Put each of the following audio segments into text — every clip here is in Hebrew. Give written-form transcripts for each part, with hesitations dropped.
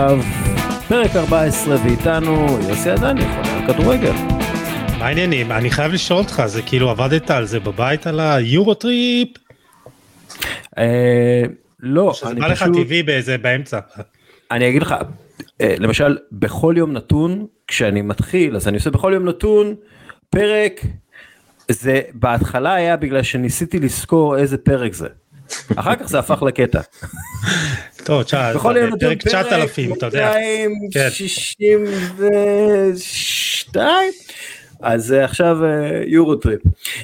עכשיו פרק 14 ואיתנו יוסי עדני, חולה על כדורגל. מה העניינים? אני חייב לשאול אותך, זה כאילו עבדת על זה בבית על היורוטריפ? לא, שזה בא לך טבעי באמצע. אני אגיד לך, למשל בכל יום נתון, כשאני מתחיל, אז אני עושה בכל יום נתון פרק, זה בהתחלה היה בגלל שניסיתי לזכור איזה פרק זה. אחר כך זה הפך לקטע. טוב, פרק 9,000, אתה יודע. 262, אז עכשיו יורוטריפ.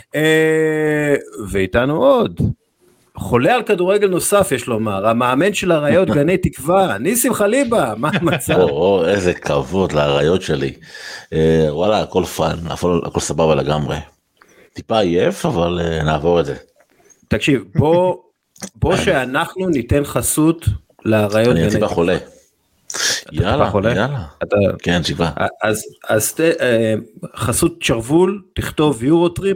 ואיתנו עוד, חולה על כדורגל נוסף יש לומר, המאמן של הרעיות גני תקווה, ניסים חליבה, מה המצב? איזה כבוד להרעיות שלי. וואלה, הכל פן, הכל סבבה לגמרי. טיפה עייף, אבל נעבור את זה. תקשיב, בוא שאנחנו ניתן חסות להרעיות גני. אני טיפה חולה. יאללה. כן, שיבה. אז חסות שרוול, תכתוב יורוטריפ,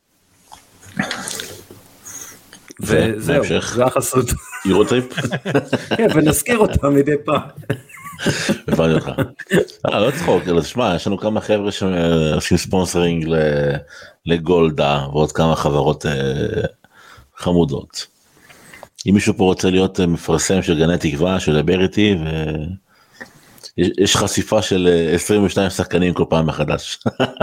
וזהו, זה החסות. יורוטריפ? כן, ונזכיר אותה מדי פעם. הבנתי אותך. לא צחוק, אלא תשמע, יש לנו כמה חבר'ה שעושים ספונסרינג לגולדה, ועוד כמה חברות חמודות. אם מישהו פה רוצה להיות מפרסם של גני תקווה, שידבר איתי, יש חשיפה של 22 שחקנים כל פעם מחדש.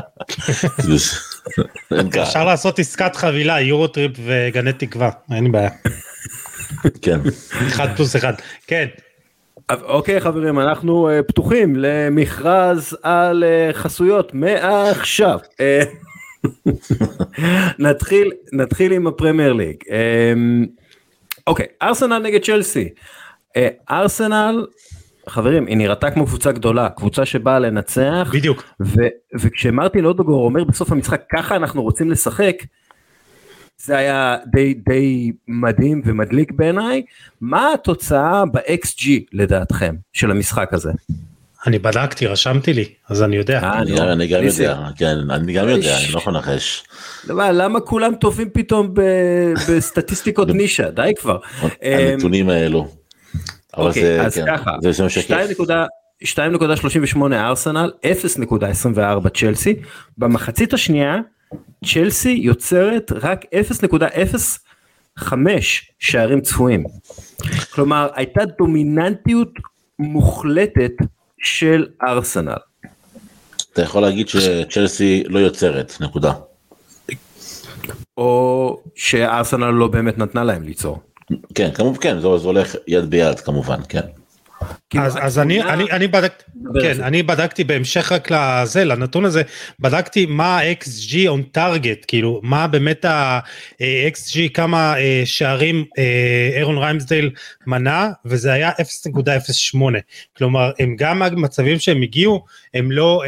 אפשר לעשות עסקת חבילה, יורוטריפ וגני תקווה, אין בעיה. כן. 1+1, כן. אוקיי חברים, אנחנו פתוחים למכרז על חסויות מעכשיו. נתחיל עם הפרמייר ליג. אוקיי, ארסנל נגד צ'לסי. ארסנל, חברים, היא נראתה כמו קבוצה גדולה, קבוצה שבאה לנצח. בדיוק. וכשמרטין אודגור אומר בסוף המשחק, ככה אנחנו רוצים לשחק, זה היה די מדהים ומדליק בעיניי. מה התוצאה ב-XG לדעתכם של המשחק הזה? אני בדקתי, רשמתי לי, אז אני יודע. אני גם יודע, כן, אני גם יודע, אני לא יכול לנחש. למה כולם טובים פתאום בסטטיסטיקות נישה? די כבר. הנתונים האלו. אוקיי, אז ככה, 2.38 ארסנל, 0.24 צ'לסי, במחצית השנייה, צ'לסי יוצרת רק 0.05 שערים צפויים. כלומר, הייתה דומיננטיות מוחלטת של ארסנל. אתה יכול להגיד שצ'לסי לא יוצרת, נקודה. או שארסנל לא באמת נתנה להם ליצור. כן, כמובן, כן, זה הולך יד ביד, כמובן, כן. אז אני בדקתי בהמשך רק לנתון הזה, בדקתי מה ה-XG on target, כאילו מה באמת ה-XG, כמה שערים אירון ריימסדייל מנה, וזה היה 0.08, כלומר הם גם המצבים שהם הגיעו, הם לא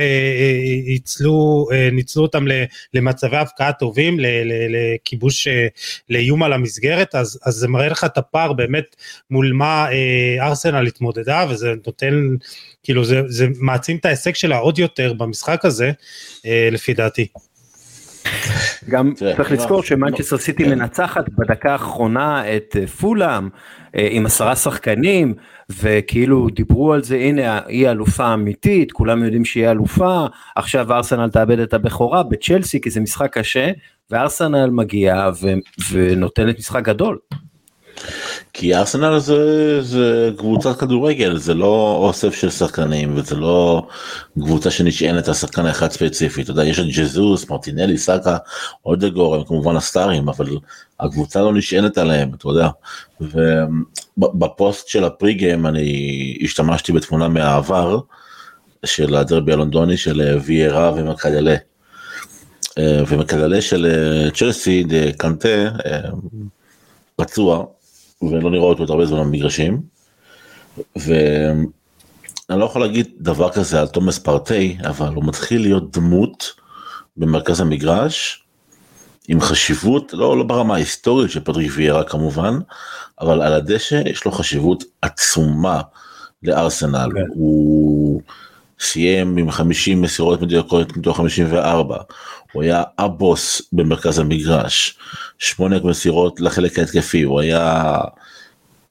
ניצלו אותם למצבי הפקעה טובים, לכיבוש, לאיום על המסגרת, אז זה מראה לך את הפער באמת מול מה ארסנל התמודדה, וזה נותן, כאילו זה מעצים את ההישג שלה עוד יותר במשחק הזה, לפי דעתי. גם צריך לזכור שמנצ'סטר סיטי מנצחת בדקה האחרונה את פולאם, עם 10 שחקנים, וכאילו דיברו על זה, הנה היא אלופה אמיתית, כולם יודעים שהיא אלופה, עכשיו ארסנל תאבד את הבכורה בצ'לסי, כי זה משחק קשה, וארסנל מגיעה ונותנת משחק גדול. כי ארסנל זה קבוצת כדורגל, זה לא אוסף של שחקנים, וזה לא קבוצה שנשענת על שחקן אחד ספציפי. אתה יודע, יש את ג'זוס, מרטינלי, סאקה, אודגור, הם כמובן הסטארים, אבל הקבוצה לא נשענת עליהם, אתה יודע. ובפוסט של הפריגיים אני השתמשתי בתמונה מהעבר, של הדרבי הלונדוני של ויירה ומקדלה. ומקדלה של צ'לסי, קנטה, פצוע, ולא נראה אותו הרבה זמן במגרשים, ואני לא יכול להגיד דבר כזה על תומאס פרטי, אבל הוא מתחיל להיות דמות במרכז המגרש, עם חשיבות, לא ברמה ההיסטורית של פטריק ויירה כמובן, אבל על הדשא יש לו חשיבות עצומה לארסנל, הוא סיים עם 50 מסירות מדויקות מתוך 54, הוא היה הבוס במרכז המגרש, 8 מסירות לחלק ההתקפי, הוא היה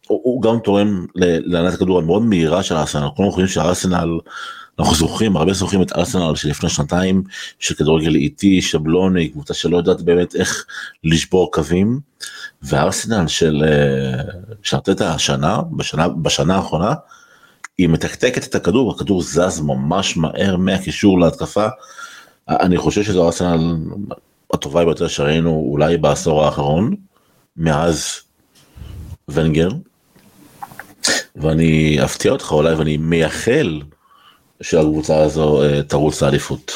הוא גם תורם להנעת הכדור המאוד מהירה של ארסנל, אנחנו חושבים שהארסנל, אנחנו זוכרים, הרבה זוכרים את ארסנל שלפני שנתיים, של כדורגל איטי, שבלוני, קבוצה שלא יודעת באמת איך לשבור קווים, והארסנל של ארטטה בשנה האחרונה, היא מתקתקת את הכדור, הכדור זז ממש מהר מהקישור להתקפה, אני חושב שזו ארסנל הטובה ביותר שראינו אולי בעשור האחרון, מאז ונגר, ואני אפתיע אותך אולי, ואני מייחל שהקבוצה הזו תרוץ לאליפות.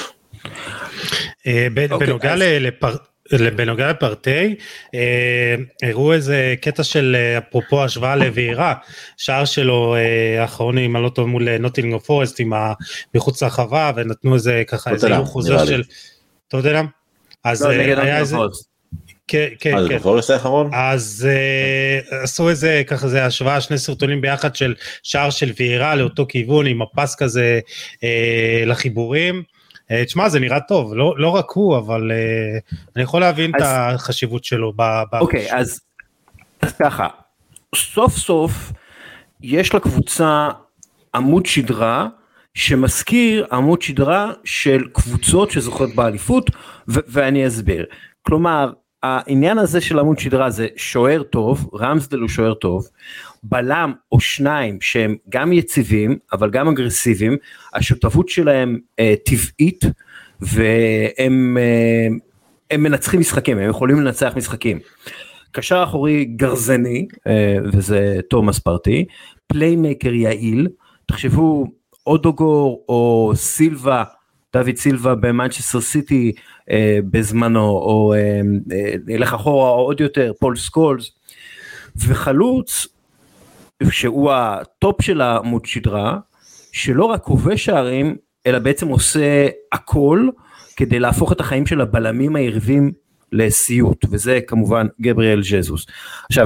בנוגע לפרטי, הראו איזה קטע של אפרופו השוואה לווירה, שער שלו האחרון עם לא טוב מול נוטינגהאם פורסט מחוץ לרחבה, ונתנו איזה ככה איזה חוזר של טוטנהאם, אז היה איזה כן, אז עשו איזה ככה זה השוואה, שני סרטונים ביחד של שער של וירה לאותו כיוון עם הפס כזה לחיבורים, תשמע זה נראה טוב, לא רק הוא אבל אני יכול להבין את החשיבות שלו. אוקיי, אז ככה, סוף סוף יש לקבוצה עמוד שדרה שמזכיר עמוד שדרה של קבוצות שזוכות באליפות, ואני אסביר. כלומר, העניין הזה של עמוד שדרה זה שוער טוב, רמסדל הוא שוער טוב, בלם או שניים שהם גם יציבים, אבל גם אגרסיביים, השותפות שלהם טבעית, והם מנצחים משחקים, הם יכולים לנצח משחקים. קשר אחורי גרזני, וזה תומאס פרטי, פליימקר יעיל, תחשבו אודוגור או סילבה, דוד סילבה במנצ'סטר סיטי בזמנו, או נלך אחורה או עוד יותר, פול סקולס, וחלוץ שהוא הטופ של העמוד שדרה, שלא רק כובש שערים, אלא בעצם עושה הכל, כדי להפוך את החיים של הבלמים היריבים לסיוט, וזה כמובן גבריאל ז'זוס. עכשיו,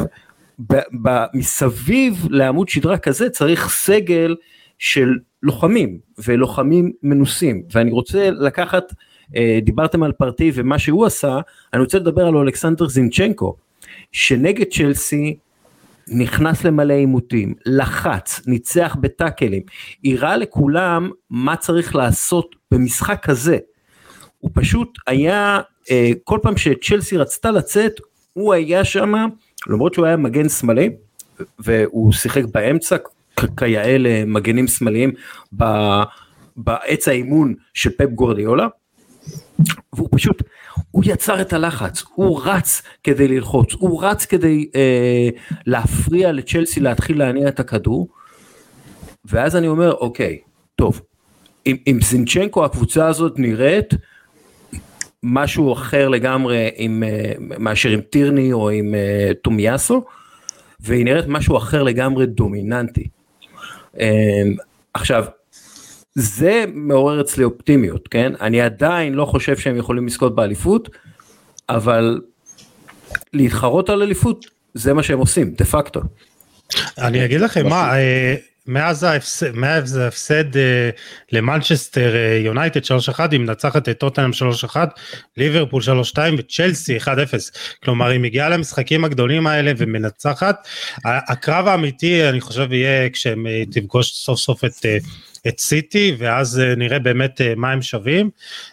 מסביב לעמוד שדרה כזה, צריך סגל של לוחמים, ולוחמים מנוסים, ואני רוצה לקחת, דיברתם על פרטי ומה שהוא עשה, אני רוצה לדבר על אלכסנדר זינצ'נקו, שנגד צ'לסי, נכנס למלא עימותים, לחץ, ניצח בטאקלים, הראה לכולם מה צריך לעשות במשחק כזה, הוא פשוט היה, כל פעם שצ'לסי רצתה לצאת, הוא היה שם, למרות שהוא היה מגן שמאלי, והוא שיחק באמצע, כיאה למגנים שמאליים, בעץ האימון של פפ גוארדיולה, והוא פשוט, הוא יצר את הלחץ, הוא רץ כדי ללחוץ, הוא רץ כדי להפריע לצ'לסי להתחיל להניע את הכדור, ואז אני אומר, אוקיי, טוב, עם זינצ'נקו הקבוצה הזאת נראית משהו אחר לגמרי מאשר עם טירני או עם תומיאסו, והיא נראית משהו אחר לגמרי דומיננטי. עכשיו, זה מעורר אצלי אופטימיות, כן? אני עדיין לא חושב שהם יכולים לזכות באליפות, אבל להתחרות על אליפות, זה מה שהם עושים, דה פקטו. אני אגיד לכם מה, מאז ההפסד למנצ'סטר יונייטד 3-1, היא מנצחת את טוטנהאם 3-1, ליברפול 3-2 וצ'לסי 1-0, כלומר היא מגיעה למשחקים הגדולים האלה ומנצחת, הקרב האמיתי אני חושב יהיה כשהם תפגוש סוף סוף את סיטי, ואז נראה באמת מה הם שווים.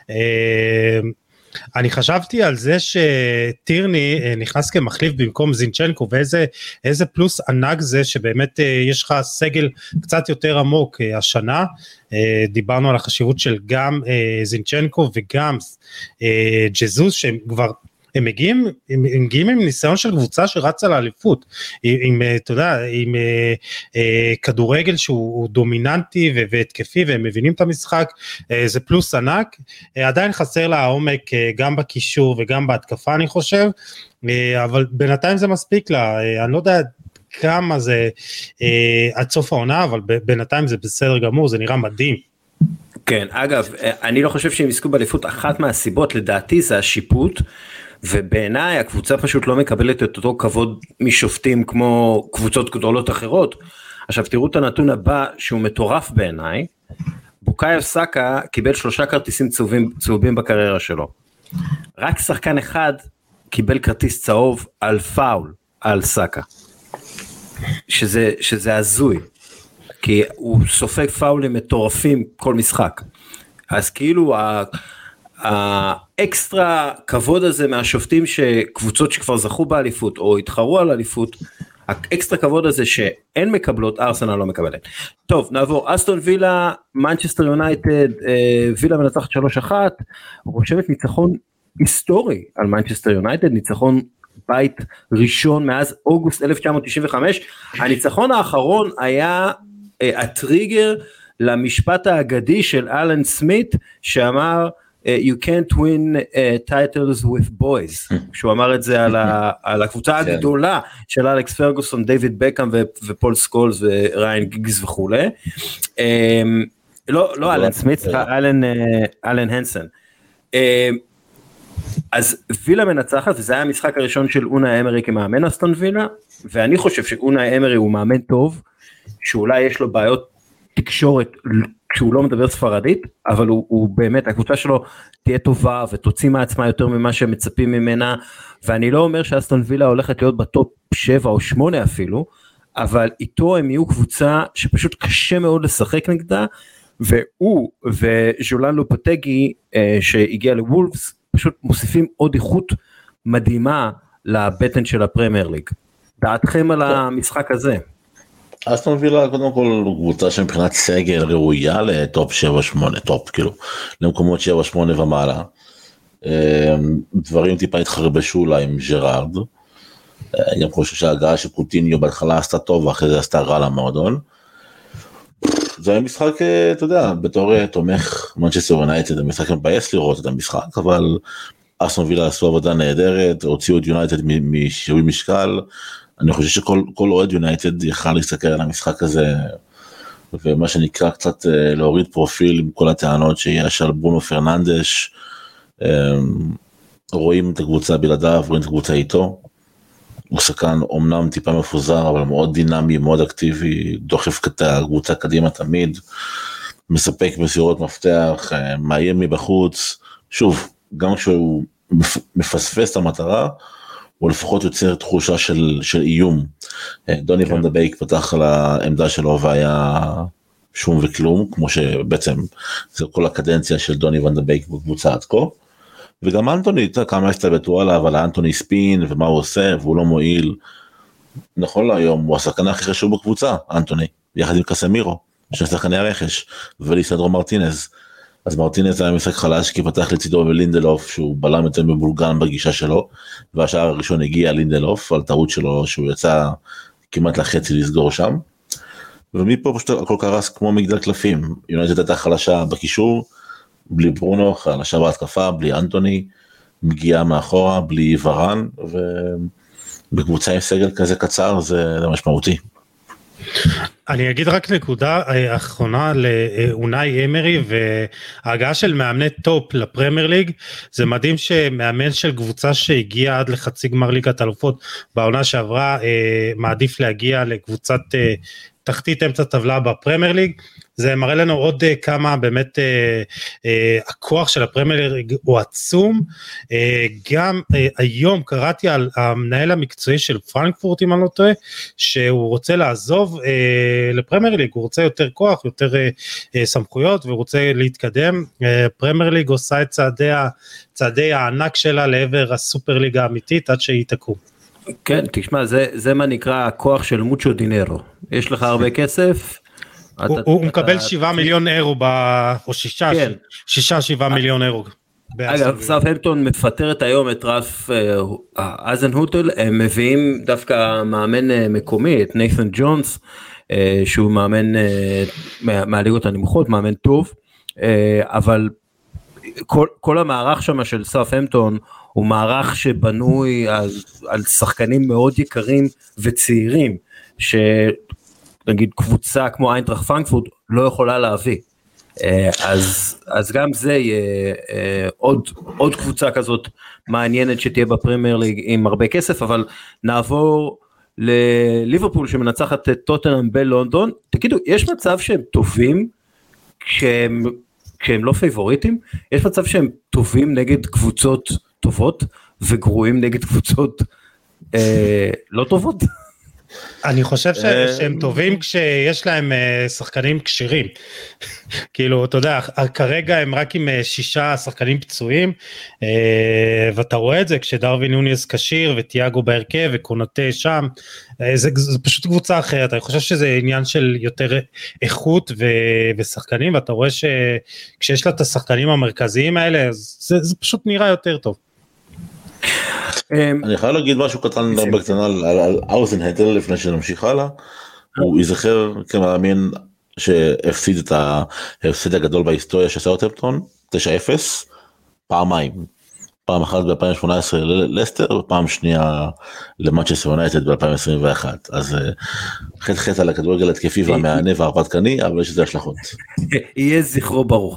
אני חשבתי על זה שטירני נכנס כמחליף במקום זינצ'נקו, ואיזה פלוס ענק זה שבאמת יש לך סגל קצת יותר עמוק השנה, דיברנו על החשיבות של גם זינצ'נקו וגם ג'זוס, שהם כבר הם מגיעים עם ניסיון של קבוצה שרצה לאליפות, אתה יודע, עם כדורגל שהוא דומיננטי והתקפי, והם מבינים את המשחק, זה פלוס ענק, עדיין חסר לה העומק גם בקישור וגם בהתקפה אני חושב, אבל בינתיים זה מספיק לה, אני לא יודע כמה זה עד סוף העונה, אבל בינתיים זה בסדר גמור, זה נראה מדהים. כן, אגב, אני לא חושב שהם יזכו באליפות, אחת מהסיבות לדעתי זה השיפוט, ובעיניי הקבוצה פשוט לא מקבלת את אותו כבוד משופטים כמו קבוצות גדולות אחרות. עכשיו תראו את הנתון הבא שהוא מטורף בעיניי, בוקאיו סאקה קיבל 3 כרטיסים צהובים בקריירה שלו, רק שחקן אחד קיבל כרטיס צהוב על פאול על סאקה. שזה הזוי, כי הוא סופג פאולים מטורפים כל משחק, אז כאילו האקסטרה כבוד הזה מהשופטים שקבוצות שכבר זכו באליפות או התחרו על אליפות, האקסטרה כבוד הזה שאין מקבלות, ארסנל לא מקבלת. טוב, נעבור, אסטון וילה, מנצ'סטר יונייטד, וילה מנצחת 3-1, רושמת ניצחון היסטורי על מנצ'סטר יונייטד, ניצחון בית ראשון מאז אוגוסט 1995, הניצחון האחרון היה הטריגר למשפט האגדי של אלן סמית, שאמר, you can't win titles with boys, שהוא אמר את זה על הקבוצה הגדולה של אלכס פרגוסון, דיוויד בקאם ופול סקולס וריין גיגס וכו'. לא אלן סמית, אלן הנסן. אז וילה מנצחת, וזה היה המשחק הראשון של אונאי אמרי כמאמן אסטון וילה, ואני חושב שאונאי אמרי הוא מאמן טוב, שאולי יש לו בעיות תקשורת כשהוא לא מדבר ספרדית, אבל הוא באמת, הקבוצה שלו תהיה טובה ותוציא מעצמה יותר ממה שמצפים ממנה, ואני לא אומר שאסטון וילה הולכת להיות בטופ 7 או 8 אפילו, אבל איתו הם יהיו קבוצה שפשוט קשה מאוד לשחק נגדה, והוא וז'ולן לופטגי שהגיע לוולפס, פשוט מוסיפים עוד איכות מדהימה לבטן של הפרמייר ליג. דעתכם על המשחק הזה? אסטון וילה קודם כל קבוצה שמבחינת סגל ראויה לטופ 7-8, טופ כאילו, למקומות 7-8 ומעלה. דברים טיפה התחרבשו לה עם ג'רארד, גם חושב שההגעה של קוטיניו בהתחלה עשתה טוב ואחרי זה עשתה רע למועדון. זה היה משחק, אתה יודע, בתור תומך מנצ'סטר יונייטד, זה משחק מבאס לראות את המשחק, אבל אסטון וילה עשו עבודה נהדרת, הוציאו את יונייטד משיווי משקל, אני חושב שכל אוהד יונייטד יכל להסתכל על המשחק הזה, ומה שנקרא קצת להוריד פרופיל עם כל הטענות שיש על ברונו פרננדש, רואים את הקבוצה בלעדיו, רואים את הקבוצה איתו, הוא שחקן אומנם טיפה מפוזר, אבל מאוד דינמי, מאוד אקטיבי, דוחף את הקבוצה קדימה תמיד, מספק מסירות מפתח, מאיים מבחוץ, שוב, גם כשהוא מפספס את המטרה, הוא לפחות יוצר תחושה של איום. דוני ון דה בייק פתח על העמדה שלו והיה שום וכלום, כמו שבעצם זה כל הקדנציה של דוני ון דה בייק בקבוצה עד כה, וגם אנטוני, כמה הסתלבטו עליו, על האנטוני ספין ומה הוא עושה, והוא לא מועיל. נכון להיום, הוא השחקן הכי חשוב בקבוצה, אנטוני, יחד עם קסמירו, של שחקני הרכש, וליסנדרו מרטינז. אז מרטינז היה משחק חלש, כי פתח לצידו ולינדלוף, שהוא בלם יותר מבולגן בגישה שלו, והשער הראשון הגיע לינדלוף, על טעות שלו, שהוא יצא כמעט לחצי לסגור שם, ומפה פשוט הכל קרס כמו מגדל קלפים. יונייטד הייתה חלשה בקישור, בלי ברונו, חלשה בהתקפה, בלי אנטוני, מגיעה מאחורה, בלי ורן, ובקבוצה עם סגל כזה קצר זה משמעותי. אני אגיד רק נקודה האחרונה לאונאי אמרי, וההגעה של מאמני טופ לפרמייר ליג, זה מדהים שמאמן של קבוצה שהגיעה עד לחצי גמר ליגת אלופות בעונה שעברה, מעדיף להגיע לקבוצת תחתית אמצע טבלה בפרמייר ליג. זה מראה לנו עוד כמה באמת הכוח של הפרמייר ליג הוא עצום. גם היום קראתי על המנהל המקצועי של פרנקפורט, אם אני לא טועה, שהוא רוצה לעזוב לפרמייר ליג, הוא רוצה יותר כוח, יותר סמכויות, והוא רוצה להתקדם. פרמייר ליג עושה את צעדי הענק שלה לעבר הסופר ליגה האמיתית עד שהיא תקום. כן, תשמע, זה מה נקרא הכוח של מוצ'ו דינרו. יש לך הרבה כסף, הוא מקבל 7 מיליון אירו, או 6-7 מיליון אירו. אגב, סאות'המפטון מפטרת היום את רף אזנהוטל, הם מביאים דווקא מאמן מקומי, את ניית'ן ג'ונס, שהוא מאמן מהליגות הנמוכות, מאמן טוב, אבל כל המערך שם של סאות'המפטון, הוא מערך שבנוי על שחקנים מאוד יקרים וצעירים, נגיד קבוצה כמו איינטראכט פרנקפורט לא יכולה להביא, אז גם זה יהיה עוד קבוצה כזאת מעניינת שתהיה בפרמייר ליג עם הרבה כסף. אבל נעבור לליברפול שמנצחת את טוטנהאם בלונדון. תגידו, יש מצב שהם טובים כשהם לא פייבוריטים? יש מצב שהם טובים נגד קבוצות טובות וגרועים נגד קבוצות לא טובות? אני חושב שהם טובים כשיש להם שחקנים קשירים, כאילו אתה יודע, כרגע הם רק עם 6 שחקנים פצועים, ואתה רואה את זה כשדרווין נוניס קשיר וטיאגו בהרכב וקונטה שם, זה פשוט קבוצה אחרת, אני חושב שזה עניין של יותר איכות ושחקנים, ואתה רואה שכשיש לה את השחקנים המרכזיים האלה, זה פשוט נראה יותר טוב. אני חייב להגיד משהו קטן בקטנה על אוזנהטל לפני שנמשיך הלאה, הוא ייזכר כמאמין שהפסיד את ההפסד הגדול בהיסטוריה של סאות'המפטון, 9-0, פעמיים, פעם אחת ב-2018 ללסטר, ופעם שנייה למנצ'סטר יונייטד ב-2021, אז חטא על הכדורגל התקפי והמענה וההרפתקני, אבל יש לזה השלכות. יהיה זכרו ברוך.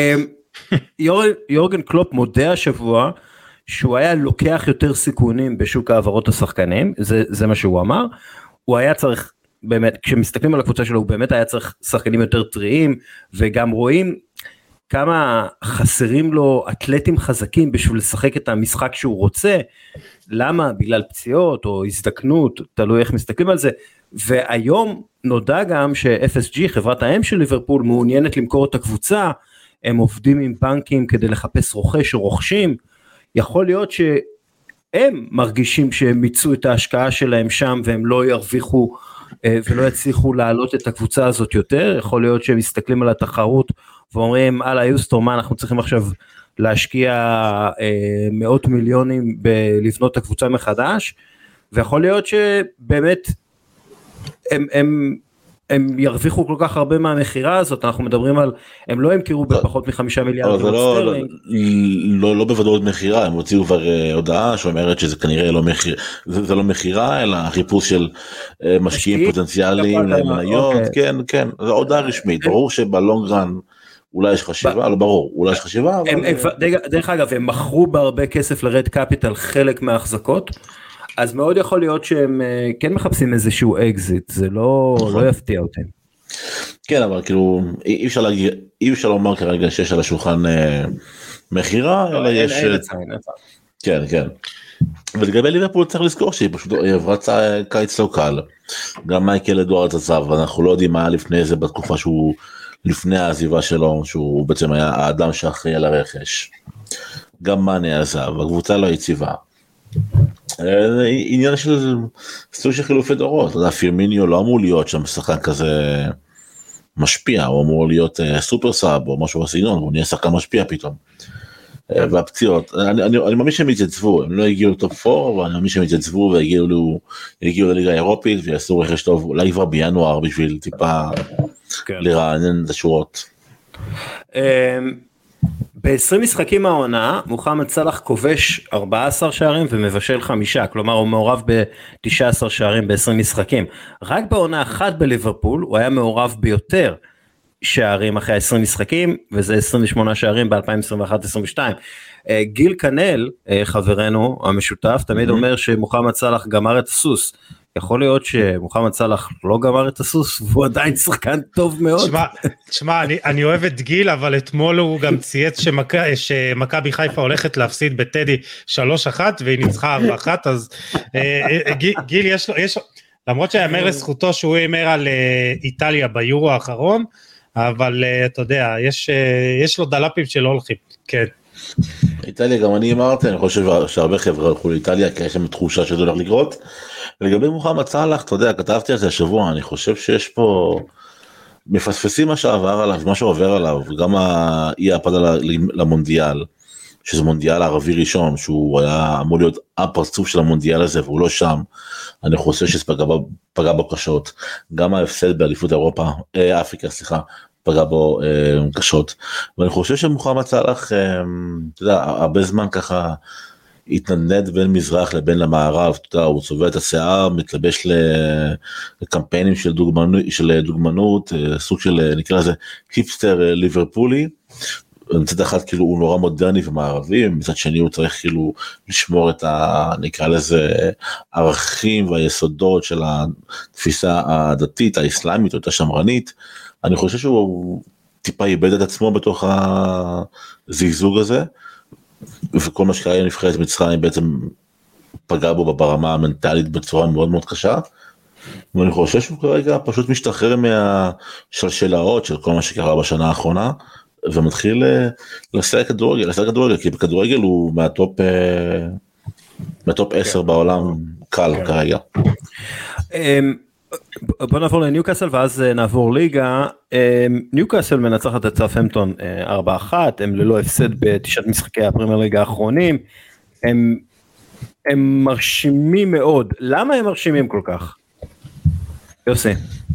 יורגן קלופ מודה השבוע, שהוא היה לוקח יותר סיכונים בשוק העברות השחקנים, זה מה שהוא אמר, הוא היה צריך, באמת, כשמסתכלים על הקבוצה שלו, הוא באמת היה צריך שחקנים יותר טריים, וגם רואים כמה חסרים לו אתלטים חזקים, בשביל לשחק את המשחק שהוא רוצה, למה? בגלל פציעות או הזדקנות, תלוי איך מסתכלים על זה, והיום נודע גם ש-FSG, חברת האם של ליברפול, מעוניינת למכור את הקבוצה, הם עובדים עם בנקים כדי לחפש רוכש או רוכשים, יכול להיות שהם מרגישים שהם מיצו את ההשקעה שלהם שם, והם לא ירוויחו ולא יצליחו להעלות את הקבוצה הזאת יותר, יכול להיות שהם מסתכלים על התחרות, ואומרים, הלאה יוסטור, מה אנחנו צריכים עכשיו להשקיע מאות מיליונים בלבנות את הקבוצה מחדש, ויכול להיות שבאמת הם ירוויחו כל כך הרבה מהמחירה הזאת, אנחנו מדברים על, הם לא ימכרו בפחות מ5 מיליארד סטרלינג. לא בוודאות מחירה, הם הוציאו כבר הודעה שאומרת שזה כנראה לא מחירה, זה לא מחירה, אלא חיפוש של משקיעים פוטנציאליים למניות, כן, זו הודעה רשמית, ברור שבלונגרן אולי יש חשיבה, לא ברור, אולי יש חשיבה. דרך אגב, הם מכרו בהרבה כסף לרד קפיטל חלק מההחזקות, אז מאוד יכול להיות שהם כן מחפשים איזשהו אקזיט, זה לא יפתיע אותם. כן, אבל כאילו, אי אפשר לומר כרגע שיש על השולחן מחירה, אלא יש... כן. ולגבי ליברפול צריך לזכור שהיא פשוט עברה קיץ לא קל, גם מייקל אדוארדס עזב, ואנחנו לא יודעים מה היה לפני זה בתקופה שהוא, לפני העזיבה שלו, שהוא בעצם היה האדם שאחראי על הרכש. גם מאנה עזב, הקבוצה לא יציבה. עניין של סוג של חילופי דורות, אתה יודע, פירמיניו לא אמור להיות שם שחקן כזה משפיע, הוא אמור להיות סופר סאב או משהו בסגנון, והוא נהיה שחקן משפיע פתאום. והפציעות, אני מאמין שהם יתייצבו, הם לא הגיעו לטופ 4, אבל אני מאמין שהם יתייצבו והגיעו לליגה האירופית, ויעשו רכש טוב, אולי כבר בינואר בשביל טיפה לרענן את השורות. ב-20 משחקים מהעונה, מוחמד סלאח כובש 14 שערים ומבשל 5, כלומר הוא מעורב ב-19 שערים ב-20 משחקים. רק בעונה אחת בליברפול הוא היה מעורב ביותר שערים אחרי 20 משחקים, וזה 28 שערים ב-2021-2022. גיל קנל, חברנו המשותף, תמיד אומר שמוחמד סלאח גמר את הסוס. יכול להיות שמוחמד סלאח לא גמר את הסוס, והוא עדיין שחקן טוב מאוד. תשמע, אני אוהב את גיל, אבל אתמול הוא גם צייץ שמכבי חיפה הולכת להפסיד בטדי 3-1, והיא ניצחה 4-1, אז גיל יש לו, למרות שיאמר לזכותו שהוא יאמר על איטליה ביורו האחרון, אבל אתה יודע, יש לו דלפים שלא הולכים, כן. איטליה, גם אני אמרתי, אני חושב שהרבה חבר'ה הלכו לאיטליה, כי יש להם תחושה שזה הולך לקרות. לגבי מוחמד סלאח, אתה יודע, כתבתי על זה השבוע, אני חושב שיש פה מפספסים מה שעבר עליו, מה שעובר עליו, גם אי הפעלה למונדיאל, שזה מונדיאל ערבי ראשון, שהוא היה אמור להיות הפרצוף של המונדיאל הזה, והוא לא שם, אני חושב שזה פגע בו קשות, גם ההפסד באליפות אירופה, אפריקה, סליחה, פגע בו קשות, ואני חושב שמוחמד סלאח, אתה יודע, הרבה זמן ככה, התנדנד בין מזרח לבין למערב, אתה יודע, הוא צובע את השיער, מתלבש לקמפיינים של דוגמנות, סוג של, נקרא לזה, היפסטר ליברפולי, מצד אחד כאילו הוא נורא מודרני ומערבי, מצד שני הוא צריך כאילו לשמור את נקרא לזה, ערכים והיסודות של התפיסה הדתית, האסלאמית או השמרנית, אני חושב שהוא טיפה איבד את עצמו בתוך הזיגזוג הזה, וכל מה שקרה נבחרת מצרים בעצם פגע בו ברמה המנטלית בצורה מאוד מאוד קשה, ואני חושב שהוא כרגע פשוט משתחרר מהשלשלאות של כל מה שקרה בשנה האחרונה, ומתחיל לשחק כדורגל, כי בכדורגל הוא מהטופ 10 בעולם קל כרגע. בוא נעבור לניוקאסל ואז נעבור ליגה. ניוקאסל מנצחת את סאות'המפטון 4-1, הם ללא הפסד בתשעת משחקי הפרמייר ליג האחרונים, הם מרשימים מאוד. למה הם מרשימים כל כך? יוסי.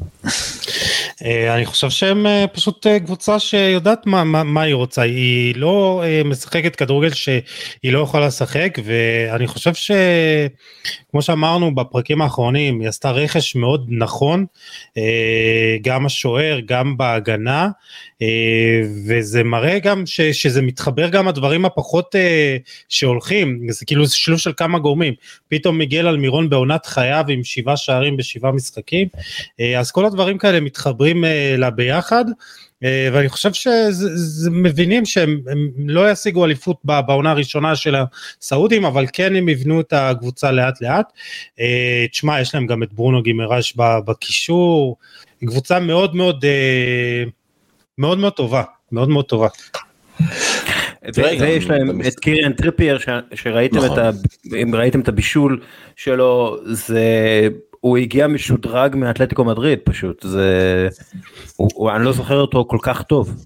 אני חושב שהם פשוט קבוצה שיודעת מה היא רוצה, היא לא משחקת כדורגל שהיא לא יכולה לשחק, ואני חושב שכמו שאמרנו בפרקים האחרונים, היא עשתה רכש מאוד נכון, גם השוער, גם בהגנה, וזה מראה גם שזה מתחבר גם הדברים הפחות שהולכים, זה כאילו שילוב של כמה גורמים, פתאום מיגל אלמירון בעונת חייו עם 7 שערים ב7 משחקים, אז כל הדברים כאלה מתחברים לה ביחד, ואני חושב שמבינים שהם לא ישיגו אליפות בעונה הראשונה של הסעודים, אבל כן הם יבנו את הקבוצה לאט לאט. תשמע, יש להם גם את ברונו גימרש בקישור, קבוצה מאוד מאוד מאוד מאוד טובה, מאוד מאוד טובה. ויש להם את קיריאן טריפייר אם ראיתם את הבישול שלו, הוא הגיע משודרג מאתלטיקו מדריד פשוט, אני לא זוכר אותו כל כך טוב.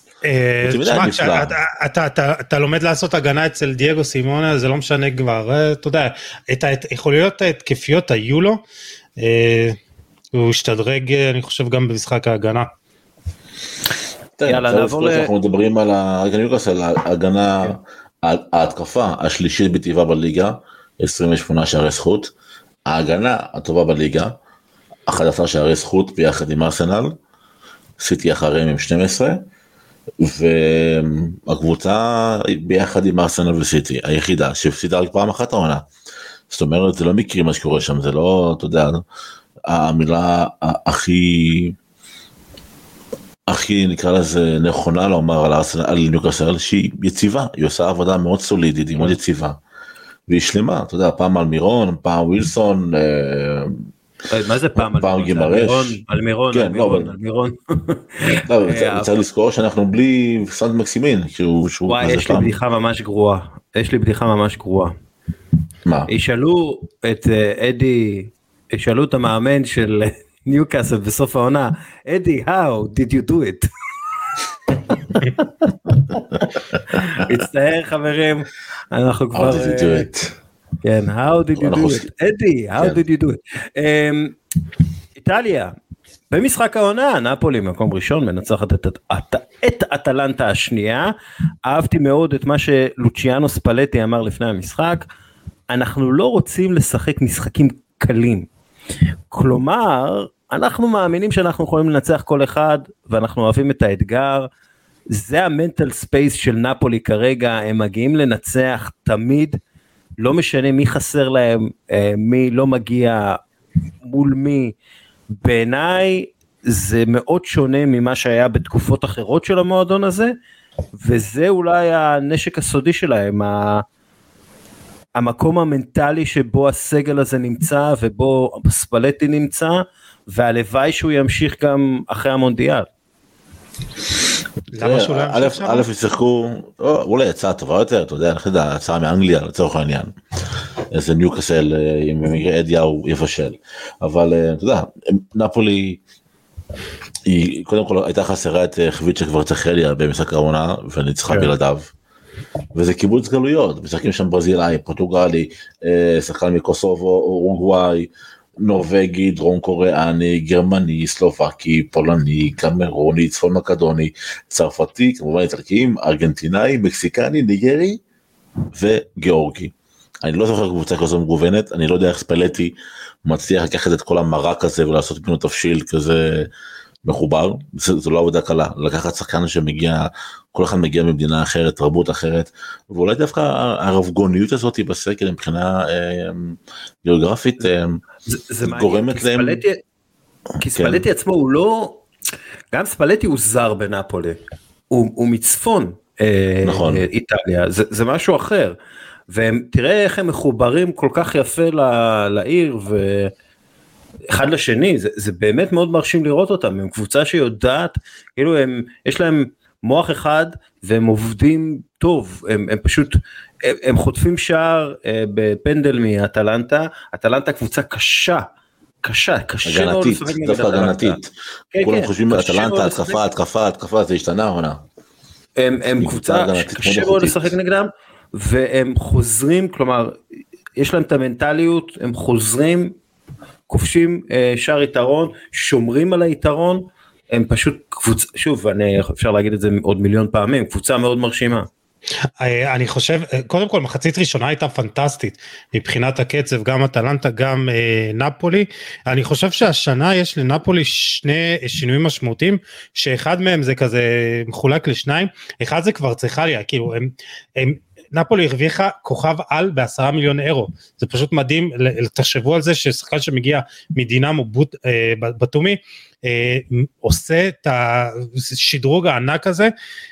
אתה לומד לעשות הגנה אצל דייגו סימונה, זה לא משנה כבר, אתה יודע, את היכוליות ההתקפיות היו לו, הוא השתדרג אני חושב גם במשחק ההגנה. יאללה, נעבור אנחנו מדברים על ההגנה, ההתקפה השלישית בטבעה בליגה, 28 שערי זכות, ההגנה הטובה בליגה, 11 שערי זכות ביחד עם ארסנל, סיטי אחריהם עם 12, והקבוצה ביחד עם ארסנל וסיטי, היחידה שהפסידה רק פעם אחת העונה, זאת אומרת זה לא מקרי מה שקורה שם, זה לא, אתה יודע, המילה הכי נקרא לזה נכונה לומר על ניוקאסל, שהיא יציבה, היא עושה עבודה מאוד סולידית, היא מאוד יציבה, והיא שלמה, אתה יודע, פעם אלמירון, פעם ווילסון, מה זה פעם גימרש, אלמירון, צריך לזכור שאנחנו בלי סנט מקסימין, וואי, יש לי בדיחה ממש גרועה, מה? ישאלו את אדי, ישאלו את המאמן של ניוקאסל בסוף העונה, אדי, how did you do it? מצטער חברים, אנחנו כבר... How did you do it? כן, how did you do it? אדי, how did you do it? איטליה, במשחק העונה, נאפולי מקום ראשון, מנצחת את אטלנטה השנייה, אהבתי מאוד את מה שלוציאנו ספלטי אמר לפני המשחק, אנחנו לא רוצים לשחק משחקים קלים, כלומר, אנחנו מאמינים שאנחנו יכולים לנצח כל אחד, ואנחנו אוהבים את האתגר, זה המנטל ספייס של נאפולי כרגע, הם מגיעים לנצח תמיד, לא משנה מי חסר להם, מי לא מגיע מול מי, בעיניי זה מאוד שונה ממה שהיה בתקופות אחרות של המועדון הזה, וזה אולי הנשק הסודי שלהם, המקום המנטלי שבו הסגל הזה נמצא, ובו ספלטי נמצא, והלוואי שהוא ימשיך גם אחרי המונדיאל. א' יצחקו, אולי יצאה טובה יותר, אתה יודע, אני יודע, יצאה מאנגליה לצורך העניין, איזה ניוקאסל עם אדיהו יבשל, אבל אתה יודע, נאפולי, היא קודם כל הייתה חסרה את חביצ'ה קוורצחליה במשחק העונה, וניצחה בלעדיו, וזה קיבוץ גלויות, משחקים שם ברזילאי, פורטוגלי, שחקן מקוסובו, אורוגוואי, נורווגי, דרום קוריאני, גרמני, סלובקי, פולני, קמרוני, צפון מקדוני, צרפתי, כמובן איטלקיים, ארגנטינאי, מקסיקני, ניגרי וגיאורגי. אני לא זוכר קבוצה כזו מגוונת, אני לא יודע איך ספלטי מצליח לקחת את כל המרק הזה ולעשות פינות תבשיל כזה מחובר, זו לא עבודה קלה, לקחת שחקן שמגיע, כל אחד מגיע ממדינה אחרת, תרבות אחרת, ואולי דווקא הרבגוניות הזאת בסקל מבחינה גיאוגרפית, גורמת להם... כי ספלטי עצמו הוא לא, גם ספלטי הוא זר בנאפולי, הוא מצפון איטליה, זה משהו אחר, ותראה איך הם מחוברים כל כך יפה לעיר, אחד לשני, זה באמת מאוד מרשים לראות אותם, הם קבוצה שיודעת, כאילו יש להם מוח אחד, והם עובדים טוב, הם פשוט, הם חוטפים שער בפנדל מאטלנטה, אטלנטה קבוצה קשה מאוד לשחק נגד אטלנטה. הגנתית, כולם חושבים אטלנטה, התקפה, זה השתנה עונה. הם קבוצה שקשה מאוד לשחק נגדם, והם חוזרים, כלומר, יש להם את המנטליות, הם חוזרים, כובשים שער יתרון, שומרים על היתרון, הם פשוט קבוצה, שוב, אפשר להגיד את זה עוד מיליון פעמים, קבוצה מאוד מרשימה. אני חושב, קודם כל מחצית ראשונה הייתה פנטסטית, מבחינת הקצב, גם אטלנטה, גם נפולי, אני חושב שהשנה יש לנפולי שני שינויים משמעותיים, שאחד מהם זה כזה מחולק לשניים, אחד זה כבר צריכה לי, כאילו, נפולי הרוויחה כוכב על ב10 מיליון אירו, זה פשוט מדהים, תחשבו על זה ששחקן שמגיע מדינמו בתומי, עושה את השדרוג הענק הזה,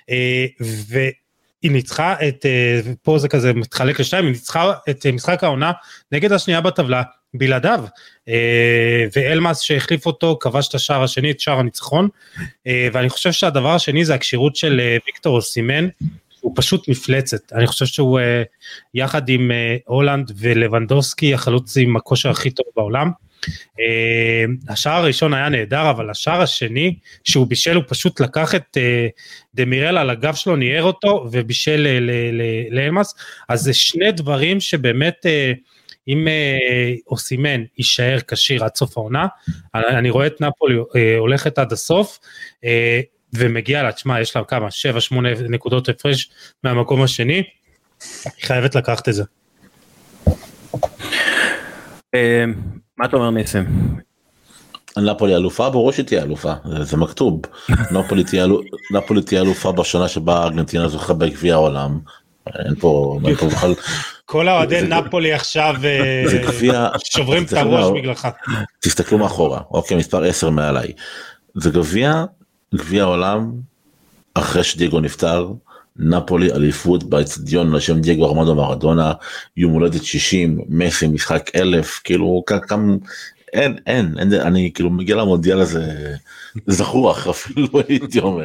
היא ניצחה את, פה זה כזה מתחלק לשתיים, היא ניצחה את משחק העונה נגד השנייה בטבלה, בלעדיו, ואלמאס שהחליף אותו, כבש את השער השני, את שער הניצחון, ואני חושב שהדבר השני זה הקשירות של ויקטור אוסימן, הוא פשוט מפלצת, אני חושב שהוא יחד עם הולנד ולוונדובסקי, החלוץ עם הכושר הכי טוב בעולם, השער הראשון היה נהדר, אבל השער השני שהוא בישל, הוא פשוט לקח את דמירל על הגב שלו, ניער אותו ובישל לאלמאס, אז זה שני דברים שבאמת אם אוסימן יישאר כשיר עד סוף העונה, אני רואה את נפולי הולכת עד הסוף, ומגיע לה, תשמע, יש לה כמה, 7-8 נקודות הפרש מהמקום השני, היא חייבת לקחת את זה. מה אתה אומר ניסים? נפולי אלופה, ברור שתהיה אלופה, זה מכתוב. נפולי תהיה אלופה בשנה שבה ארגנטינה זוכה בגביע העולם. אין פה בכלל. כל האוהדי נפולי עכשיו שוברים את הראש בגללך. תסתכלו מאחורה, אוקיי, מספר 10 מעליי. זה גביע העולם, אחרי שדייגו נפטר, נפולי אליפות באצטדיון לשם דייגו ארמנדו מרדונה, יום הולדת 60, מסי משחק 1000, כאילו כמה, אין, אני כאילו מגיע למודיאל הזה זכוח, אפילו הייתי אומר.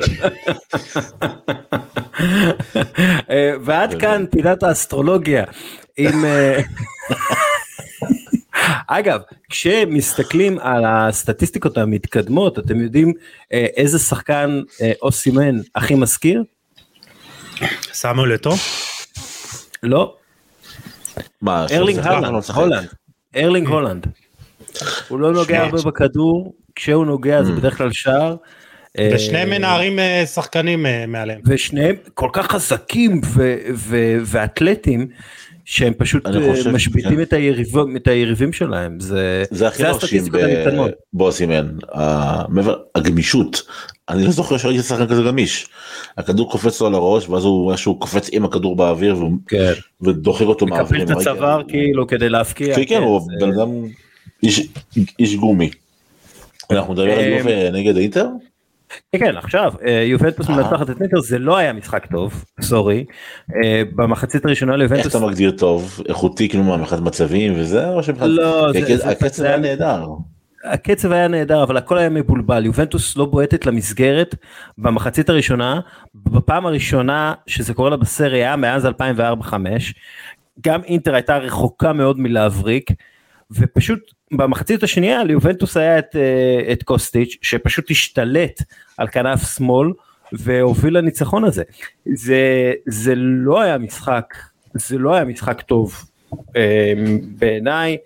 ועד כאן פינת האסטרולוגיה, עם... אגב, כשמסתכלים על הסטטיסטיקות המתקדמות, אתם יודעים איזה שחקן אוסימן הכי מזכיר? סמואל אתו? לא. ארלינג הולנד. הוא לא נוגע הרבה בכדור, כשהוא נוגע זה בדרך כלל שער. ושניהם מנערים שחקנים מעליהם. ושניהם כל כך חזקים ואתלטים, שהם פשוט משביטים את היריבים שלהם. זה הכי מרשים באוסימן, הגמישות. אני לא זוכר שהייתי שחקן כזה גמיש. הכדור קופץ לו על הראש, ואז הוא קופץ עם הכדור באוויר, ודוחק אותו מהאוויר. מקפל את הצוואר כאילו כדי להפקיע. כן, הוא בן אדם איש גומי. אנחנו מדבר על יובה נגד אינטר? כן, עכשיו, יובנטוס מנצחת את אינטר, זה לא היה משחק טוב, סורי, במחצית הראשונה ליובנטוס... איך אתה מגדיר טוב? איכותי כאילו מהמחת מצבים וזה? לא, הקצב היה נהדר. הקצב היה נהדר, אבל הכל היה מבולבל, יובנטוס לא בועטת למסגרת במחצית הראשונה, בפעם הראשונה שזה קורה לה בסריה, מאז 2004-2005, גם אינטר הייתה רחוקה מאוד מלהבריק, ופשוט במחצית השנייה ליובנטוס היה את קוסטיץ' שפשוט השתלט על כנף שמאל והוביל לניצחון הזה. זה לא היה משחק טוב בעיניי.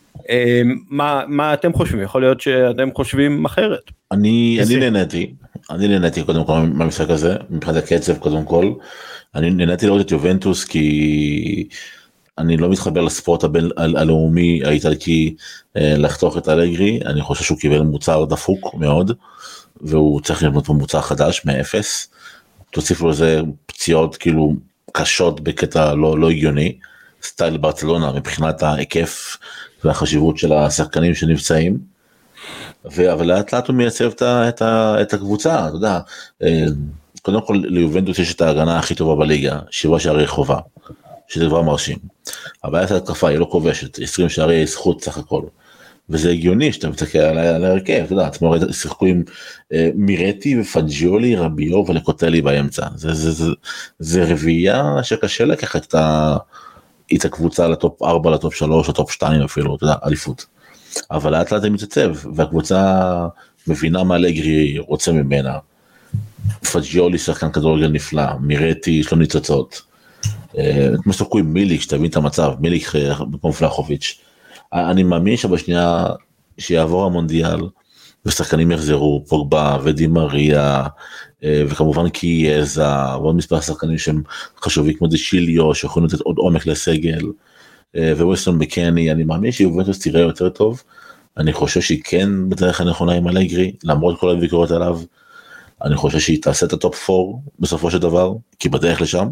מה אתם חושבים? יכול להיות שאתם חושבים אחרת. אני נהניתי קודם כל מהמשחק הזה, מבחינת הקצב קודם כל, אני נהניתי לראות את יובנטוס כי אני לא מתחבר לספורט הלאומי האיטלקי לחתוך את אלגרי, אני חושב שהוא קיבל מוצר דפוק מאוד, והוא צריך לבנות מוצר חדש מאפס, תוסיפו לזה פציעות כאילו קשות בקטע לא הגיוני, סטייל ברצלונה מבחינת ההיקף והחשיבות של השחקנים שנפצעים, אבל לאט לאט הוא מייצב את הקבוצה, אתה יודע, קודם כל ליובנטוס יש את ההגנה הכי טובה בליגה, 7 שערי חובה, שזה דבר מרשים, הבעיה של התקפה היא לא כובשת, 20 שערי זכות סך הכל, וזה הגיוני שאתה מסתכל על ההרכב, אתה יודע, אתמול שיחקו עם מירטי ופג'יולי, רביו ולקוטלי באמצע, זה רביעייה שקשה לקחת את הקבוצה לטופ 4, לטופ 3, לטופ 2 אפילו, אתה יודע, אליפות. אבל לאט לאט זה מתייצב, והקבוצה מבינה מה אלגרי רוצה ממנה. פג'יולי שחקן כדורגל נפלא, מירטי יש לו ניצוצות. כמו שתקעו עם מיליק, שתבין את המצב, מיליק במקום פלחוביץ'. אני מאמין שבשנייה שיעבור המונדיאל, ושחקנים יחזרו, פוגבה ודימריה, וכמובן קייזה, ועוד מספר שחקנים שהם חשובים כמו דשיליו, שיכולים לתת עוד עומק לסגל, וויסטון מקני, אני מאמין שיובנטוס תראה יותר טוב, אני חושב שהיא כן בדרך הנכונה עם אלגרי, למרות כל הביקורת עליו, אני חושב שהיא תעשה את הטופ 4 בסופו של דבר, כי בדרך לשם,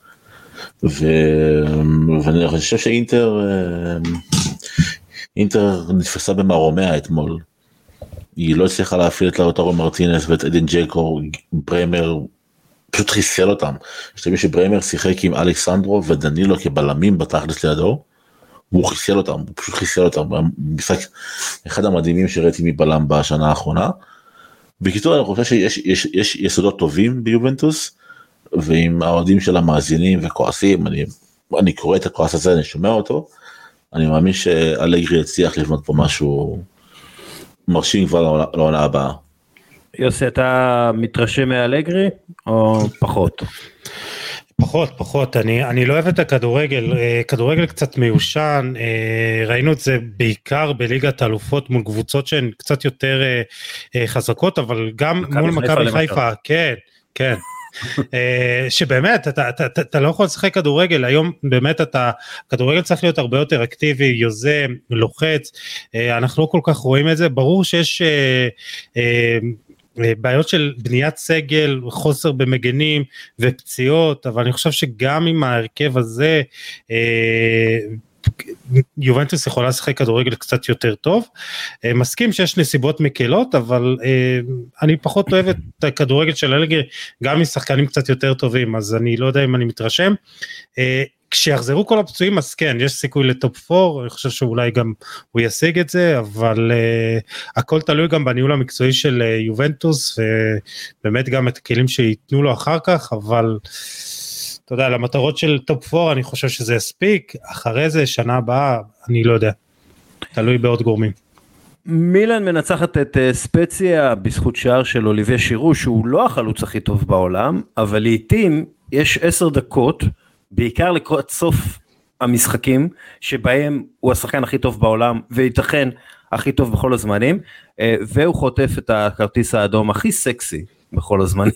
ואני חושב שאינטר נתפסה במרומיה אתמול, היא לא הצליחה להפעיל את לאוטרו מרטינס ואת אדין ג'קו, ברמר פשוט חיסל אותם, שתבין שברמר שיחק עם אלכסנדרו ודנילו כבלמים בתכלס לידו, והוא חיסל אותם, הוא פשוט חיסל אותם, משחק אחד המדהימים שראיתי מבלם בשנה האחרונה. בקיצור אני חושב שיש יסודות טובים ביובנטוס, ועם האוהדים של המאזינים וכועסים, אני קורא את הכועס הזה, אני שומע אותו, אני מאמין שאלגרי יצליח לבנות פה משהו מרשים כבר לעונה הבאה. יוסי, אתה מתרשם מאלגרי או פחות? פחות, אני לא אוהב את הכדורגל, כדורגל קצת מיושן, ראינו את זה בעיקר בליגת האלופות מול קבוצות שהן קצת יותר חזקות, אבל גם מול מכבי חיפה, כן. שבאמת אתה לא יכול לשחק כדורגל, היום באמת כדורגל צריך להיות הרבה יותר אקטיבי, יוזם, לוחץ, אנחנו לא כל כך רואים את זה, ברור שיש בעיות של בניית סגל, חוסר במגנים ופציעות, אבל אני חושב שגם עם ההרכב הזה, יובנטוס יכולה לשחק כדורגל קצת יותר טוב, מסכים שיש נסיבות מקלות, אבל אני פחות אוהב את הכדורגל של אלגרי, גם משחקנים קצת יותר טובים, אז אני לא יודע אם אני מתרשם, כשיחזרו כל הפצועים, אז כן, יש סיכוי לטופ 4, אני חושב שאולי גם הוא ישיג את זה, אבל הכל תלוי גם בניהול המקצועי של יובנטוס, ובאמת גם את הכלים שיתנו לו אחר כך, אבל אתה יודע, למטרות של טופ 4, אני חושב שזה יספיק, אחרי זה, שנה הבאה, אני לא יודע, תלוי בעוד גורמים. מילאן מנצחת את ספציה בזכות שער של אוליביה שירו, שהוא לא החלוץ הכי טוב בעולם, אבל לעתים יש 10 דקות, בעיקר לקראת סוף המשחקים, שבהם הוא השחקן הכי טוב בעולם, וייתכן הכי טוב בכל הזמנים, והוא חוטף את הכרטיס האדום הכי סקסי בכל הזמנים.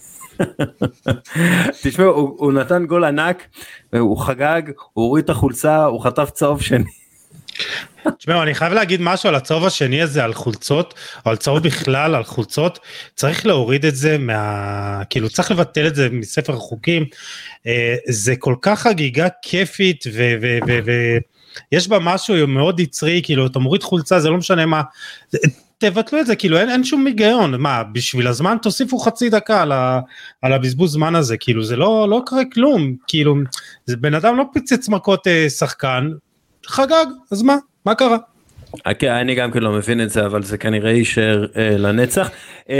תשמעו, הוא נתן גול ענק, הוא חגג, הוא הוריד את החולצה, הוא חטף צהוב שני. תשמעו, אני חייב להגיד משהו על הצהוב השני הזה, על חולצות, או על צהוב בכלל, על חולצות, צריך להוריד את זה, כאילו צריך לבטל את זה מספר החוקים, זה כל כך חגיגה כיפית, ויש בה משהו מאוד יצרי, כאילו אתה מוריד חולצה, זה לא משנה מה, תבטלו את זה, כאילו אין שום היגיון, מה, בשביל הזמן תוסיפו חצי דקה על הבזבוז זמן הזה, כאילו זה לא קרה כלום, כאילו, זה בן אדם לא פיצץ מכות שחקן, חגג, אז מה קרה? אני גם כן לא מבין את זה, אבל זה כנראה יישאר לנצח.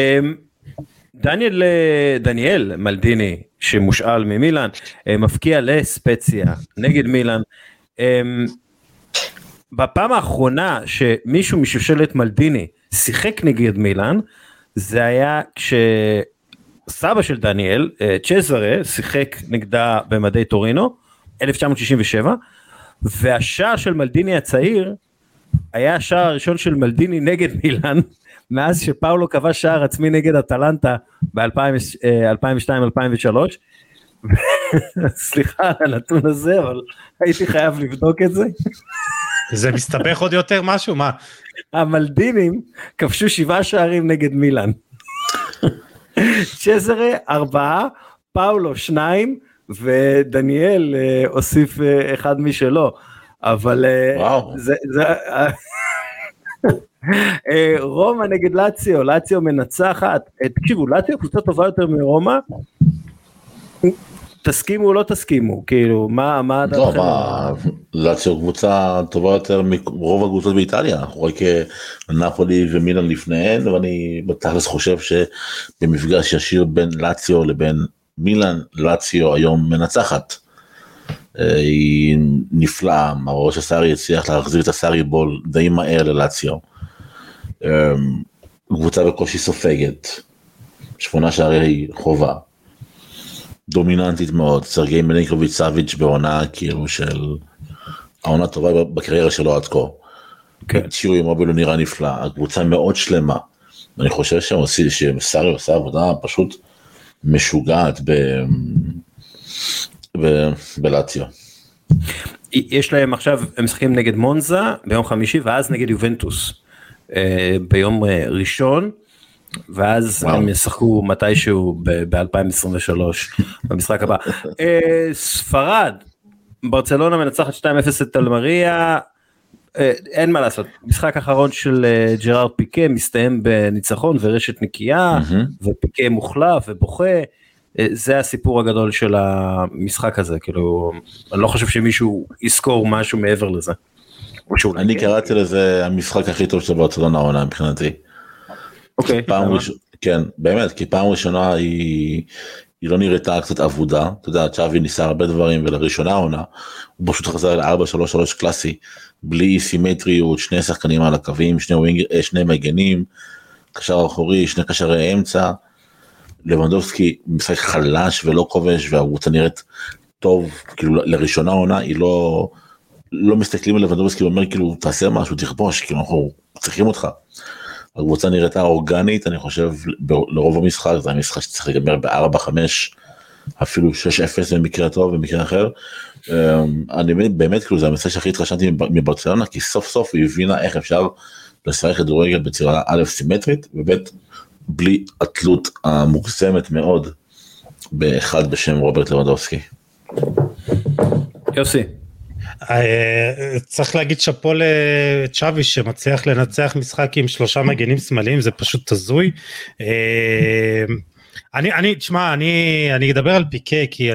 דניאל מלדיני, שמושאל ממילאן, מפקיע לספציה נגד מילאן. בפעם האחרונה שמישהו משושלת מלדיני שיחק נגד מילאן, זה היה כשסבא של דניאל, צ'זרה, שיחק נגדה במדי טורינו, 1967, והשער של מלדיני הצעיר, היה השער הראשון של מלדיני נגד מילאן, מאז שפאולו קבע שער עצמי נגד אטלנטה ב-2002-2003, סליחה על הנתון הזה, אבל הייתי חייב לבדוק את זה. זה מסתבך עוד יותר משהו, מה? המלדינים כבשו 7 שערים נגד מילאן. צ'זרה 4, פאולו 2, ודניאל הוסיף אחד משלו, אבל רומא נגד לאציו, לאציו מנצחת, תקשיבו, לאציו קבוצה טובה יותר מרומא, תסכימו או לא תסכימו, כאילו, מה לא, לאציו קבוצה טובה יותר מרוב הקבוצות באיטליה, אנחנו רואים כנפולי ומילאן לפניהן, ואני בתכלס חושב שבמפגש ישיר בין לאציו לבין מילאן, לאציו היום מנצחת. היא נפלאה, מראש הסארי הצליח להחזיר את הסארי בול די מהר ללאציו. קבוצה בקושי סופגת, 8 שערי חובה. דומיננטית מאוד, סרגי מלינקוביץ' סאביץ' בעונה כאילו של העונה טובה בקריירה שלו עד כה. כן. שירו אימוביל הוא נראה נפלא, הקבוצה מאוד שלמה, ואני חושב שסארי עושה עבודה פשוט משוגעת בלאציו. יש להם עכשיו, הם משחקים נגד מונזה ביום חמישי, ואז נגד יובנטוס ביום ראשון, ואז הם ישחקו מתישהו ב-2023 במשחק הבא. ספרד, ברצלונה מנצחת 2-0 את אלמריה, אין מה לעשות, משחק האחרון של ג'רארד פיקה מסתיים בניצחון ורשת נקייה, ופיקה מוחלף ובוכה, זה הסיפור הגדול של המשחק הזה, כאילו, אני לא חושב שמישהו יזכור משהו מעבר לזה. אני קראתי לזה המשחק הכי טוב של ברצלונה העונה מבחינתי. אוקיי. כן, באמת, כי פעם ראשונה היא לא נראתה קצת עבודה, אתה יודע, צ'אבי ניסה הרבה דברים, ולראשונה העונה, הוא פשוט חזר ל-4-3-3 קלאסי, בלי סימטריות, 2 שחקנים על הקווים, 2 מגנים, קשר אחורי, 2 קשרי אמצע, לבנדובסקי משחק חלש ולא כובש, והקבוצה נראית טוב, כאילו לראשונה העונה, היא לא מסתכלים על לבנדובסקי, ואומר כאילו, תעשה משהו, תכבוש, כאילו אנחנו צריכים אותך. הקבוצה נראיתה אורגנית, אני חושב, לרוב המשחק, זה המשחק שצריך לגמר ב-4-5, אפילו 6-0 במקרה טוב, במקרה אחר. אני באמת, כאילו, זה המשחק שהכי התרשמתי מברצלונה, כי סוף סוף היא הבינה איך אפשר לשחק כדורגל בצורה א' סימטרית, וב' בלי התלות המוגזמת מאוד, באחד בשם רוברט לבנדובסקי. יוסי. צריך להגיד שפו לצ'אבי שמצליח לנצח משחק עם 3 מגנים שמאליים, זה פשוט תזוי. אני אדבר על פיקה, כי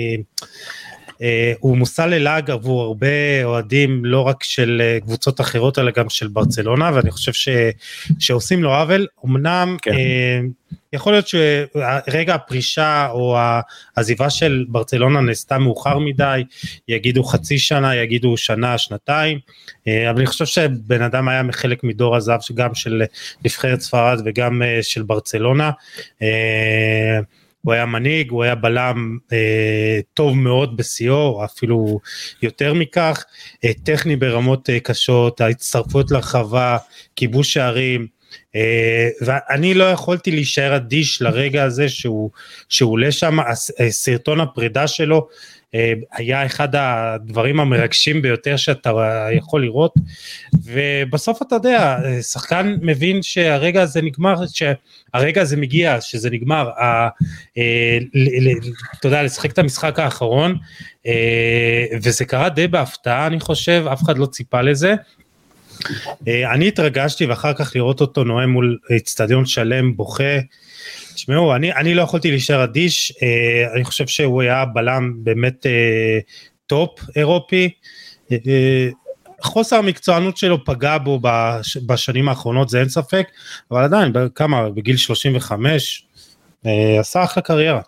הוא מושא ללעג עבור הרבה אוהדים, לא רק של קבוצות אחרות, אלא גם של ברצלונה, ואני חושב שעושים לו עוול. אמנם יכול להיות שרגע הפרישה או העזיבה של ברצלונה נעשתה מאוחר מדי, יגידו חצי שנה, יגידו שנה, שנתיים, אבל אני חושב שבן אדם היה חלק מדור הזהב, גם של נבחרת ספרד וגם של ברצלונה. הוא היה מנהיג, הוא היה בלם טוב מאוד בסיור, אפילו יותר מכך, טכני ברמות קשות, ההצטרפות לרחבה, כיבוש שערים, ואני לא יכולתי להישאר אדיש לרגע הזה שהוא עולה שם, סרטון הפרידה שלו, היה אחד הדברים המרגשים ביותר שאתה יכול לראות, ובסוף אתה יודע, שחקן מבין שהרגע הזה נגמר, שהרגע הזה מגיע, שזה נגמר, אתה יודע, לשחק את המשחק האחרון, וזה קרה די בהפתעה, אני חושב, אף אחד לא ציפה לזה. אני התרגשתי, ואחר כך לראות אותו נואם מול אצטדיון שלם, בוכה. תשמעו, אני לא יכולתי להישאר אדיש, אני חושב שהוא היה בלם באמת טופ אירופי, חוסר המקצוענות שלו פגע בו בשנים האחרונות, זה אין ספק, אבל עדיין, בגיל 35, עשה אחלה קריירה.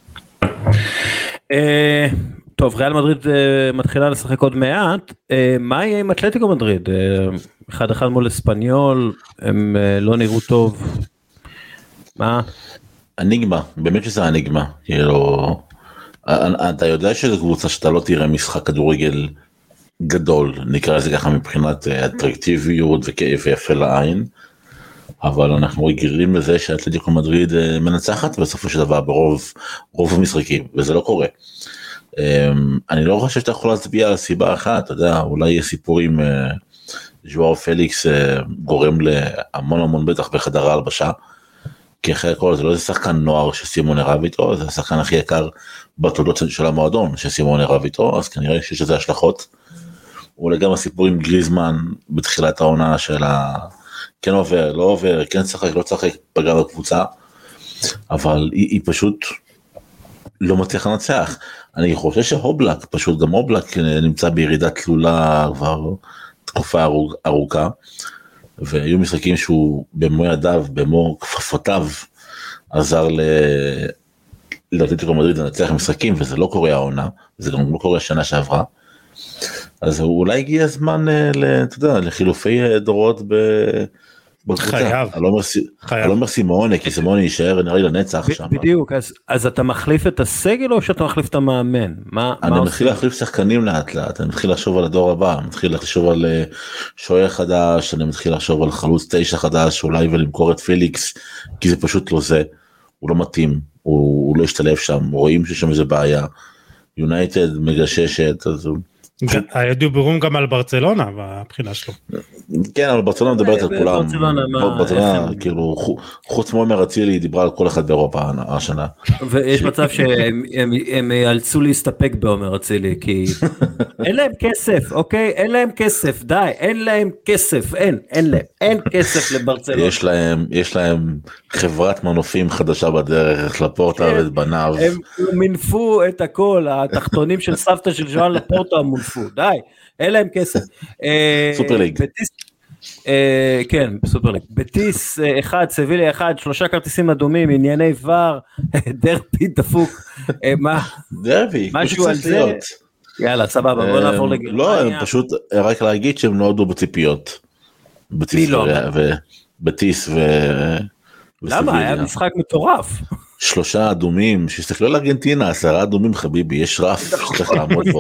טוב, ריאל מדריד מתחילה לשחק עוד מעט, מה יהיה עם אתלטיקו מדריד? 1-1 מול אספניול, הם לא נראו טוב, מה? אניגמה, באמת שזה אניגמה, כאילו, אתה יודע שזו קבוצה שאתה לא תראה משחק כדורגל גדול, נקרא לזה ככה מבחינת אטרקטיביות ויפה לעין, אבל אנחנו רגילים לזה שאתלטיקו מדריד מנצחת בסופו של דבר ברוב המשחקים, וזה לא קורה. אני לא חושב שאתה יכול להצביע על סיבה אחת, אתה יודע, אולי יהיה סיפור עם ז'ואאו פליקס גורם להמון בטח בחדר ההלבשה, כי אחרי הכל זה לא איזה שחקן נוער שסימון רב איתו, זה השחקן הכי יקר בתולדות של המועדון שסימון רב איתו, אז כנראה שיש לזה השלכות. אולי גם הסיפור עם גריזמן בתחילת העונה של כן עובר, לא עובר, כן צחק, לא צחק, פגע בקבוצה, אבל היא פשוט לא מצליח לנצח. אני חושב שהובלק, פשוט גם הובלק נמצא בירידה תלולה כבר תקופה ארוכה, והיו משחקים שהוא במו ידיו, במו כפפותיו, עזר לאתלטיקו מדריד לנצח משחקים, וזה לא קורה העונה, זה גם לא קורה השנה שעברה, אז אולי הגיע הזמן לחילופי דורות בקבוצה. אני לא אומר סימונה, כי סימונה יישאר נראה לי לנצח שם. בדיוק, אז אתה מחליף את הסגל או שאתה מחליף את המאמן? אני מתחיל להחליף שחקנים לאט לאט, אני מתחיל לחשוב על הדור הבא, אני מתחיל לחשוב על שוער חדש, אני מתחיל לחשוב על חלוץ 9 חדש, אולי ולמכור את פיליקס, כי זה פשוט לא זה, הוא לא מתאים, הוא לא ישתלב שם, רואים ששם זה בעיה, יונייטד מגששת, אז היה דיבורים גם על ברצלונה בבחינה שלו. כן, אבל ברצלונה מדברת על כולם. ברצלונה, כאילו, חוץ מעומר אצילי, היא דיברה על כל אחד באירופה השנה. ויש מצב שהם יאלצו להסתפק בעומר אצילי, כי אין להם כסף, אוקיי? אין להם כסף, די, אין להם כסף, אין כסף לברצלונה. יש להם חברת מנופים חדשה בדרך, לפורטה ואת בניו. הם מנפו את הכל, התחתונים של סבתא של ז'ואן לפורטה מונפו. די, אין להם כסף. סופר ליג. כן, סופר ליג. בטיס 1, סביליה 1, 3 כרטיסים אדומים, ענייני ור, דרבי דפוק. דרבי, משהו על זה. יאללה, סבבה, בוא נעבור לגרמניה. לא, פשוט רק להגיד שהם נועדו בציפיות. בטיס בטיס למה? היה משחק מטורף. 3 אדומים, שיסתכלו על ארגנטינה, 10 אדומים חביבי, יש רף שצריך לעמוד בו.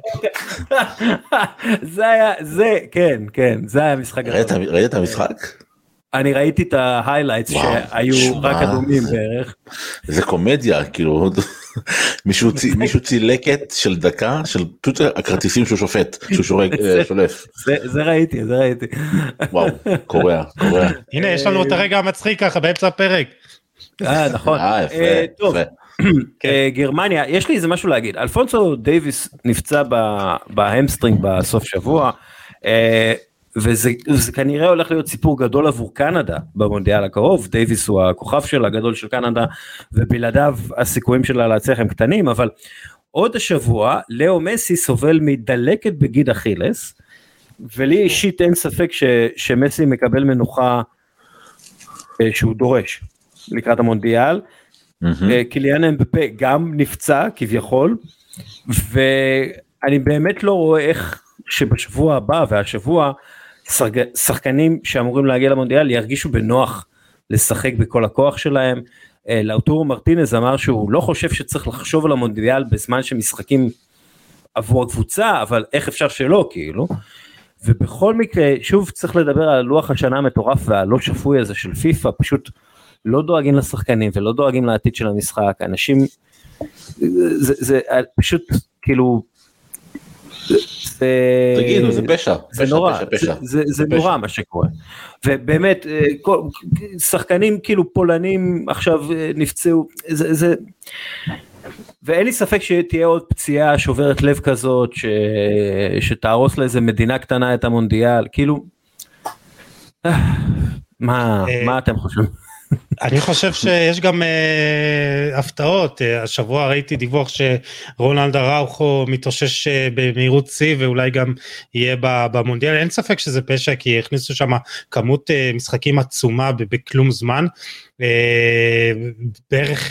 כן, זה היה משחק. ראית את המשחק? אני ראיתי את ההיילייטס שהיו רק אדומים בערך. זה קומדיה, כאילו, מישהו צילקת של דקה, של הכרטיסים שהוא שופט, שהוא שולף. זה ראיתי. וואו, קורע. הנה, יש לנו את הרגע המצחיק ככה, באמצע הפרק. נכון. טוב, גרמניה, יש לי איזה משהו להגיד. אלפונסו דייביס נפצע בהמסטרינג בסוף שבוע, וזה כנראה הולך להיות סיפור גדול עבור קנדה במונדיאל הקרוב. דייביס הוא הכוכב שלה, הגדול של קנדה, ובלעדיו הסיכויים שלה להצליח הם קטנים, אבל עוד השבוע, לאו מסי סובל מדלקת בגיד אכילס, ולי אישית אין ספק שמסי מקבל מנוחה שהוא דורש לקראת המונדיאל. קיליאן אמבפה גם נפצע כביכול, ואני באמת לא רואה איך שבשבוע הבא והשבוע שחקנים שאמורים להגיע למונדיאל ירגישו בנוח לשחק בכל הכוח שלהם. לאוטורו מרטינז אמר שהוא לא חושב שצריך לחשוב על המונדיאל בזמן שמשחקים עבור הקבוצה, אבל איך אפשר שלא כאילו. ובכל מקרה שוב צריך לדבר על לוח השנה המטורף והלא שפוי הזה של פיפה, פשוט לא דואגים לשחקנים ולא דואגים לעתיד של המשחק. אנשים זה פשוט כאילו תגידו, זה פשע. זה נורא, זה נורא מה שקורה. ובאמת, שחקנים כאילו פולנים עכשיו נפצעו, ואין לי ספק שתהיה עוד פציעה שוברת לב כזאת, שתהרוס לאיזה מדינה קטנה את המונדיאל, כאילו, מה אתם חושבים? אני חושב שיש גם הפתעות. השבוע ראיתי דיווח שרונלד אראוכו מתאושש במהירות שיא ואולי גם יהיה במונדיאל. אין ספק שזה פשע כי הכניסו שם כמות משחקים עצומה בכלום זמן, בערך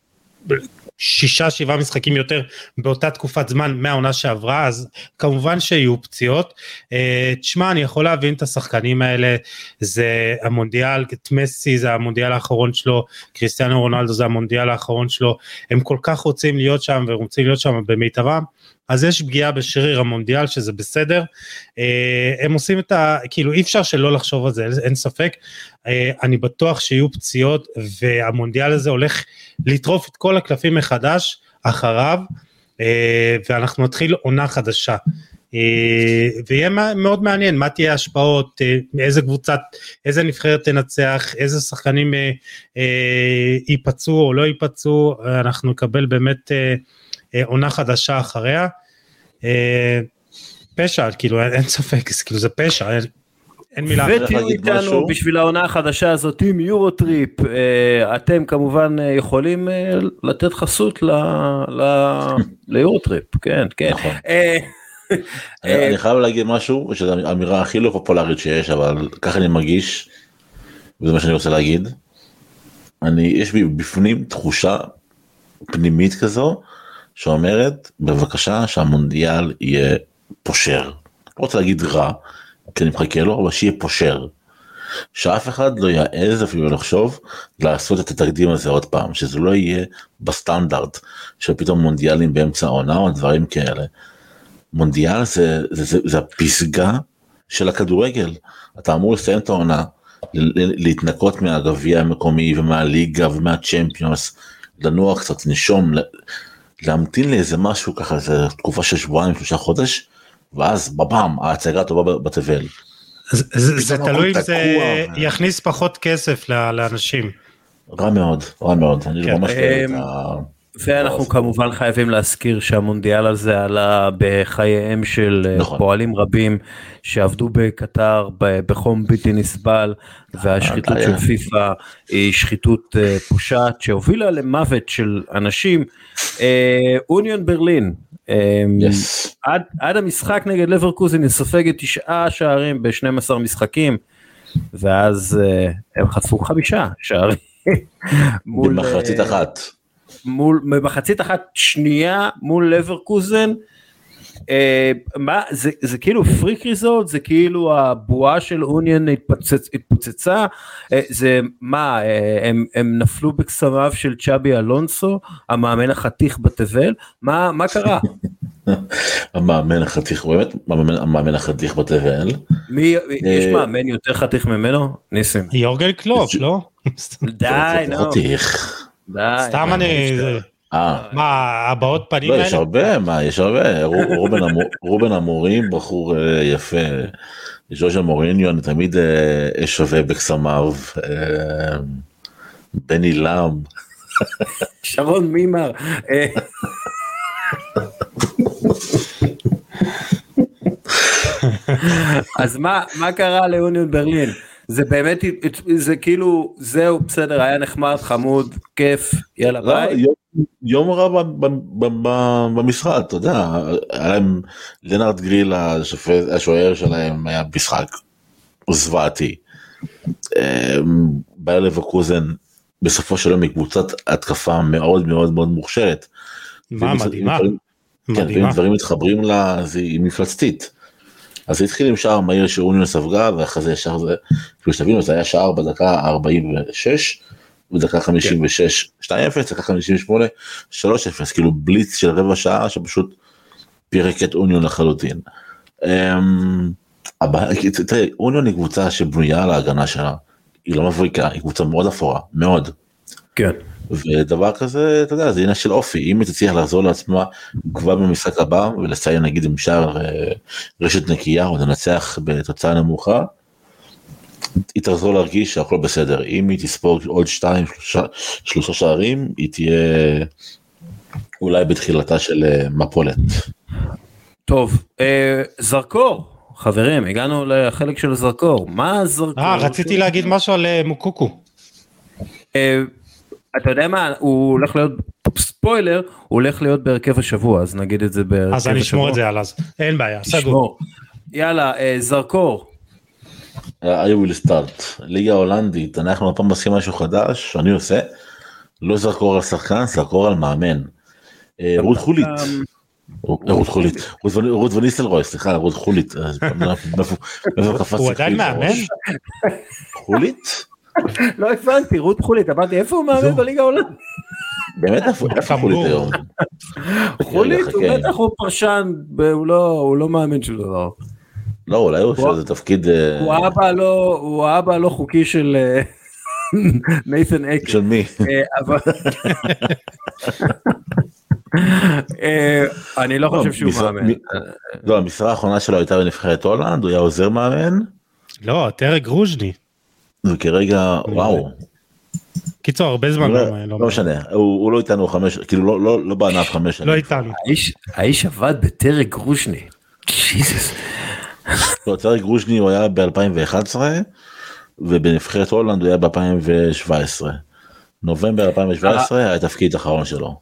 6-7 משחקים יותר באותה תקופת זמן מהעונה שעברה, אז כמובן שיהיו פציעות. תשמע, אני יכול להבין את השחקנים האלה, זה המונדיאל, את מסי זה המונדיאל האחרון שלו, קריסטיאנו רונלדו זה המונדיאל האחרון שלו, הם כל כך רוצים להיות שם ורוצים להיות שם במיטבם, אז יש פגיעה בשריר המונדיאל שזה בסדר, הם עושים את כאילו אי אפשר שלא לחשוב על זה, אין ספק, אני בטוח שיהיו פציעות והמונדיאל הזה הולך לטרוף את כל הקלפים מחדש אחריו, ואנחנו נתחיל עונה חדשה, ויהיה מאוד מעניין מה תהיה ההשפעות, איזה קבוצת, איזה נבחרת תנצח, איזה שחקנים ייפצעו או לא ייפצעו, אנחנו נקבל באמת עונה חדשה אחריה. פשע, כאילו אין ספק, כאילו זה פשע, אין מילה. ותהיו איתנו בשביל העונה החדשה הזאת עם יורוטריפ, אתם כמובן יכולים לתת חסות ליורוטריפ, כן, כן. אני חייב להגיד משהו, שזו האמירה הכי לא פופולרית שיש, אבל ככה אני מרגיש, וזה מה שאני רוצה להגיד, יש בי בפנים תחושה פנימית כזו, שאומרת, בבקשה שהמונדיאל יהיה פושר. לא רוצה להגיד רע, כי אני מחכה לו, אבל שיהיה פושר. שאף אחד לא יעז אפילו לחשוב לעשות את התקדים הזה עוד פעם, שזה לא יהיה בסטנדרט, של פתאום מונדיאלים באמצע העונה או דברים כאלה. מונדיאל זה הפסגה של הכדורגל. אתה אמור לסיים את העונה, להתנקות מהגביע המקומי ומהליגה ומהצ'מפיונס, לנוע קצת, נשום, להמתין לאיזה משהו ככה, איזה תקופה של שבועיים, 3 חודש, ואז בבם, ההצגה הטובה בתבל. זה תלוי אם זה יכניס פחות כסף לאנשים. רע מאוד, רע מאוד. אני ממש ואנחנו כמובן חייבים להזכיר שהמונדיאל הזה עלה בחייהם של פועלים רבים שעבדו בקטר בחום בלתי נסבל, והשחיתות של פיפה היא שחיתות פושעת שהובילה למוות של אנשים. אוניון ברלין, עד המשחק נגד לברקוזן היא סופגת 9 שערים ב-12 משחקים, ואז הם חטפו 5 שערים. במחצית אחת. במחצית אחת שנייה מול לברקוזן. מה זה כאילו פריק ריזולט, זה כאילו הבועה של אוניון התפוצצה, זה מה הם נפלו בקסמיו של צ'אבי אלונסו, המאמן החתיך בתבל, מה קרה? המאמן החתיך, באמת המאמן החתיך בתבל. יש מאמן יותר חתיך ממנו? ניסים. יורגן קלופ, לא? די, נו. סתם אני... מה, הבאות פנים האלה? יש הרבה, רובן אמורים, בחור יפה, ז'וז'ה מוריניו, אני תמיד שווה בקסמיו, בני לם. שרון מימר. אז מה קרה לאוניון ברלין? זה באמת, זה כאילו, זהו, בסדר, היה נחמד, חמוד, כיף, יאללה ביי. יום רע במשחק, אתה יודע, לנארד גריל, השוער שלהם, היה משחק זוועתי. בייר לברקוזן, בסופו של יום, מקבוצת התקפה מאוד מאוד מאוד מוכשרת. מה, מדהימה. כן, ואם דברים מתחברים לה, אז היא מפלצתית. אז זה התחיל עם שער מהיר שאוניון ספגה, ואחרי זה שער זה, כאילו שתבינו, זה היה שער בדקה 46, בדקה 56, 2-0, דקה 58, 3-0, כאילו בליץ של רבע שעה, שפשוט פירק את אוניון לחלוטין. תראה, אוניון היא קבוצה שבנויה על ההגנה שלה, היא לא מבריקה, היא קבוצה מאוד אפורה, מאוד. כן. ודבר כזה, אתה יודע, זה עניין של אופי, אם היא תצליח לחזור לעצמה כבר במשחק הבא, ולסיים נגיד עם שער רשת נקייה, או לנצח בתוצאה נמוכה, היא תחזור להרגיש שהכל בסדר. אם היא תספוג עוד 2-3 שערים, היא תהיה אולי בתחילתה של מפולת. טוב, זרקור, חברים, הגענו לחלק של זרקור. מה הזרקור? רציתי להגיד משהו על מוקוקו. אתה יודע מה, הוא הולך להיות, ספוילר, הוא הולך להיות בהרכב השבוע, אז נגיד את זה בהרכב השבוע. אז אני אשמור את זה על אז, אין בעיה, סגור. יאללה, זרקור. I will start. ליגה הולנדית, אנחנו הפעם עושים משהו חדש, אני עושה, לא זרקור על שחקן, זרקור על מאמן. רות חולית. רות וניסלרוי, סליחה, רות חולית. הוא עדיין מאמן? חולית? לא הבנתי, רות חולית, אמרתי, איפה הוא מאמן בליגה ההולנדית? באמת, איפה חולית היום? חולית, הוא בטח הוא פרשן, הוא לא מאמן של דבר. לא, אולי הוא עושה איזה תפקיד... הוא האבא הלא חוקי של נייתן אקר. של מי? אני לא חושב שהוא מאמן. לא, המשרה האחרונה שלו הייתה בנבחרת הולנד, הוא היה עוזר מאמן. לא, טרק רוז'ני. וכרגע, וואו. קיצור, הרבה זמן. לא משנה, הוא לא איתנו 5, כאילו לא בענף 5 שנים. לא איתנו. האיש עבד בטרק רוז'ני. ג'יזוס. טרי גרוז'ני הוא היה ב-2011, ובנבחרת הולנד הוא היה ב-2017. נובמבר 2017 היה התפקיד האחרון שלו.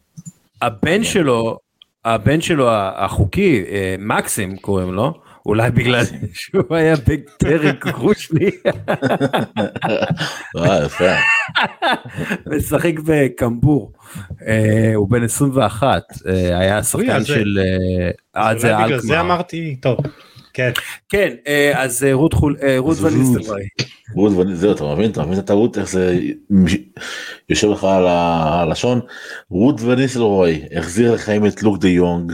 הבן שלו החוקי, מקסים קוראים לו, אולי בגלל שהוא היה בטרי גרוז'ני. יפה. משחק בקמבור, הוא בן 21, היה שחקן של... בגלל זה אמרתי, טוב. כן, אז רות וניסטלרוי. זהו, אתה מבין את הטעות, איך זה יושב לך על הלשון. רות וניסטלרוי החזיר לחיים את לוק דה יונג,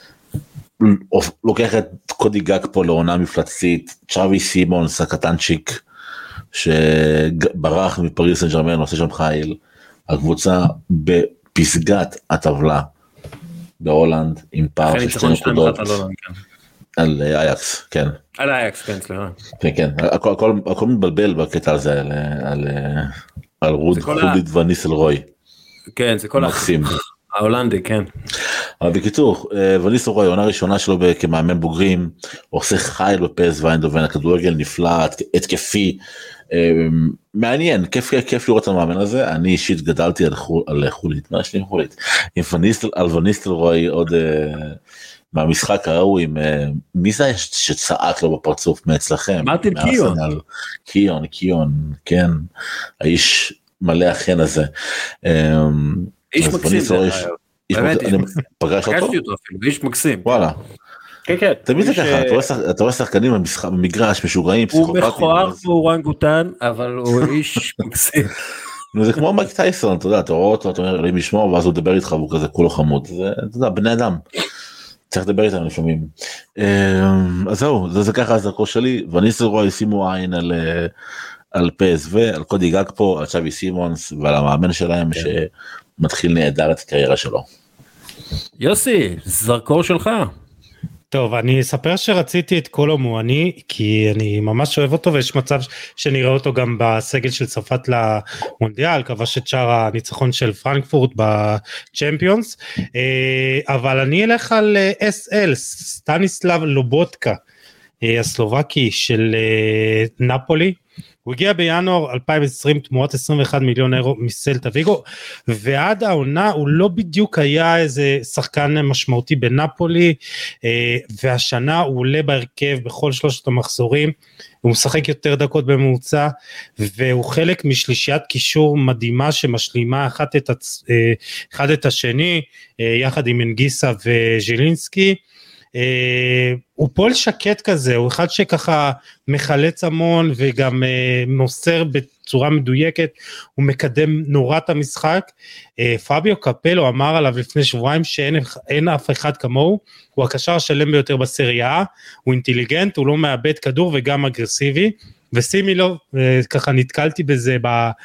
לוקח את קודי גאק פה לעונה מפלצתית, צ'אבי סימונס הקטנצ'יק, שברח מפריז סן ז'רמן, עושה שם חיל, הקבוצה בפסגת הטבלה בהולנד, עם פער של 2 נקודות. על אייקס, כן. על אייקס, כן, סליחה. כן, כן, הכל מתבלבל בקטע הזה, על רות וניסטלרוי. כן, זה כל מקסים. ההולנדי, כן. אבל בקיצור, וניסטלרוי, העונה הראשונה שלו כמאמן בוגרים, עושה חיל בפס ויינדובן, הכדורגל נפלא, התקפי, מעניין, כיף לראות את המאמן הזה. אני אישית גדלתי על חולית, מה יש לי עם חולית? על וניסטלרוי עוד... מהמשחק ההוא עם מי זה שצעק לו בפרצוף מאצלכם? מרטין קיון, כן, האיש מלא החן הזה. איש מקסים, פגשתי אותו אפילו, איש מקסים. וואלה. כן, כן. תמיד זה ככה, אתה רואה שחקנים במגרש משוגעים, פסיכופטים. הוא מכוער ואורנגוטן, אבל הוא איש מקסים. זה כמו מייק טייסון, אתה יודע, אתה רואה אותו, אתה אומר, לי משמור, ואז הוא מדבר איתך, והוא כזה כולו חמוד, זה, אתה יודע, בני אדם. צריך לדבר איתם לפעמים. אז זהו, זה ככה הזרקור שלי, וניסטלרוי שימו עין על PSV, על קודי גאק פה, על צ'אבי סימונס, ועל המאמן שלהם שמתחיל נהדר את הקריירה שלו. יוסי, זרקור שלך. טוב, אני אספר שרציתי את קולו מואני, כי אני ממש אוהב אותו, ויש מצב שנראה אותו גם בסגל של צרפת למונדיאל, כבש את שער הניצחון של פרנקפורט בצ'מפיונס, אבל אני אלך על SL, סטניסלב לובוטקה, הסלובקי של נפולי, הוא הגיע בינואר 2020 תמורת 21 מיליון אירו מסלטה ויגו, ועד העונה הוא לא בדיוק היה איזה שחקן משמעותי בנפולי, והשנה הוא עולה בהרכב בכל 3 המחזורים, הוא משחק יותר דקות בממוצע, והוא חלק משלישיית קישור מדהימה שמשלימה אחד את השני, יחד עם אנגיסה וז'ילינסקי, הוא פועל שקט כזה, הוא אחד שככה מחלץ המון וגם מוסר בצורה מדויקת, הוא מקדם נורא את המשחק. פאביו קפלו אמר עליו לפני שבועיים שאין אף אחד כמוהו, הוא הקשר השלם ביותר בסריה, הוא אינטליגנט, הוא לא מאבד כדור וגם אגרסיבי, ושימי לו, ככה נתקלתי בזה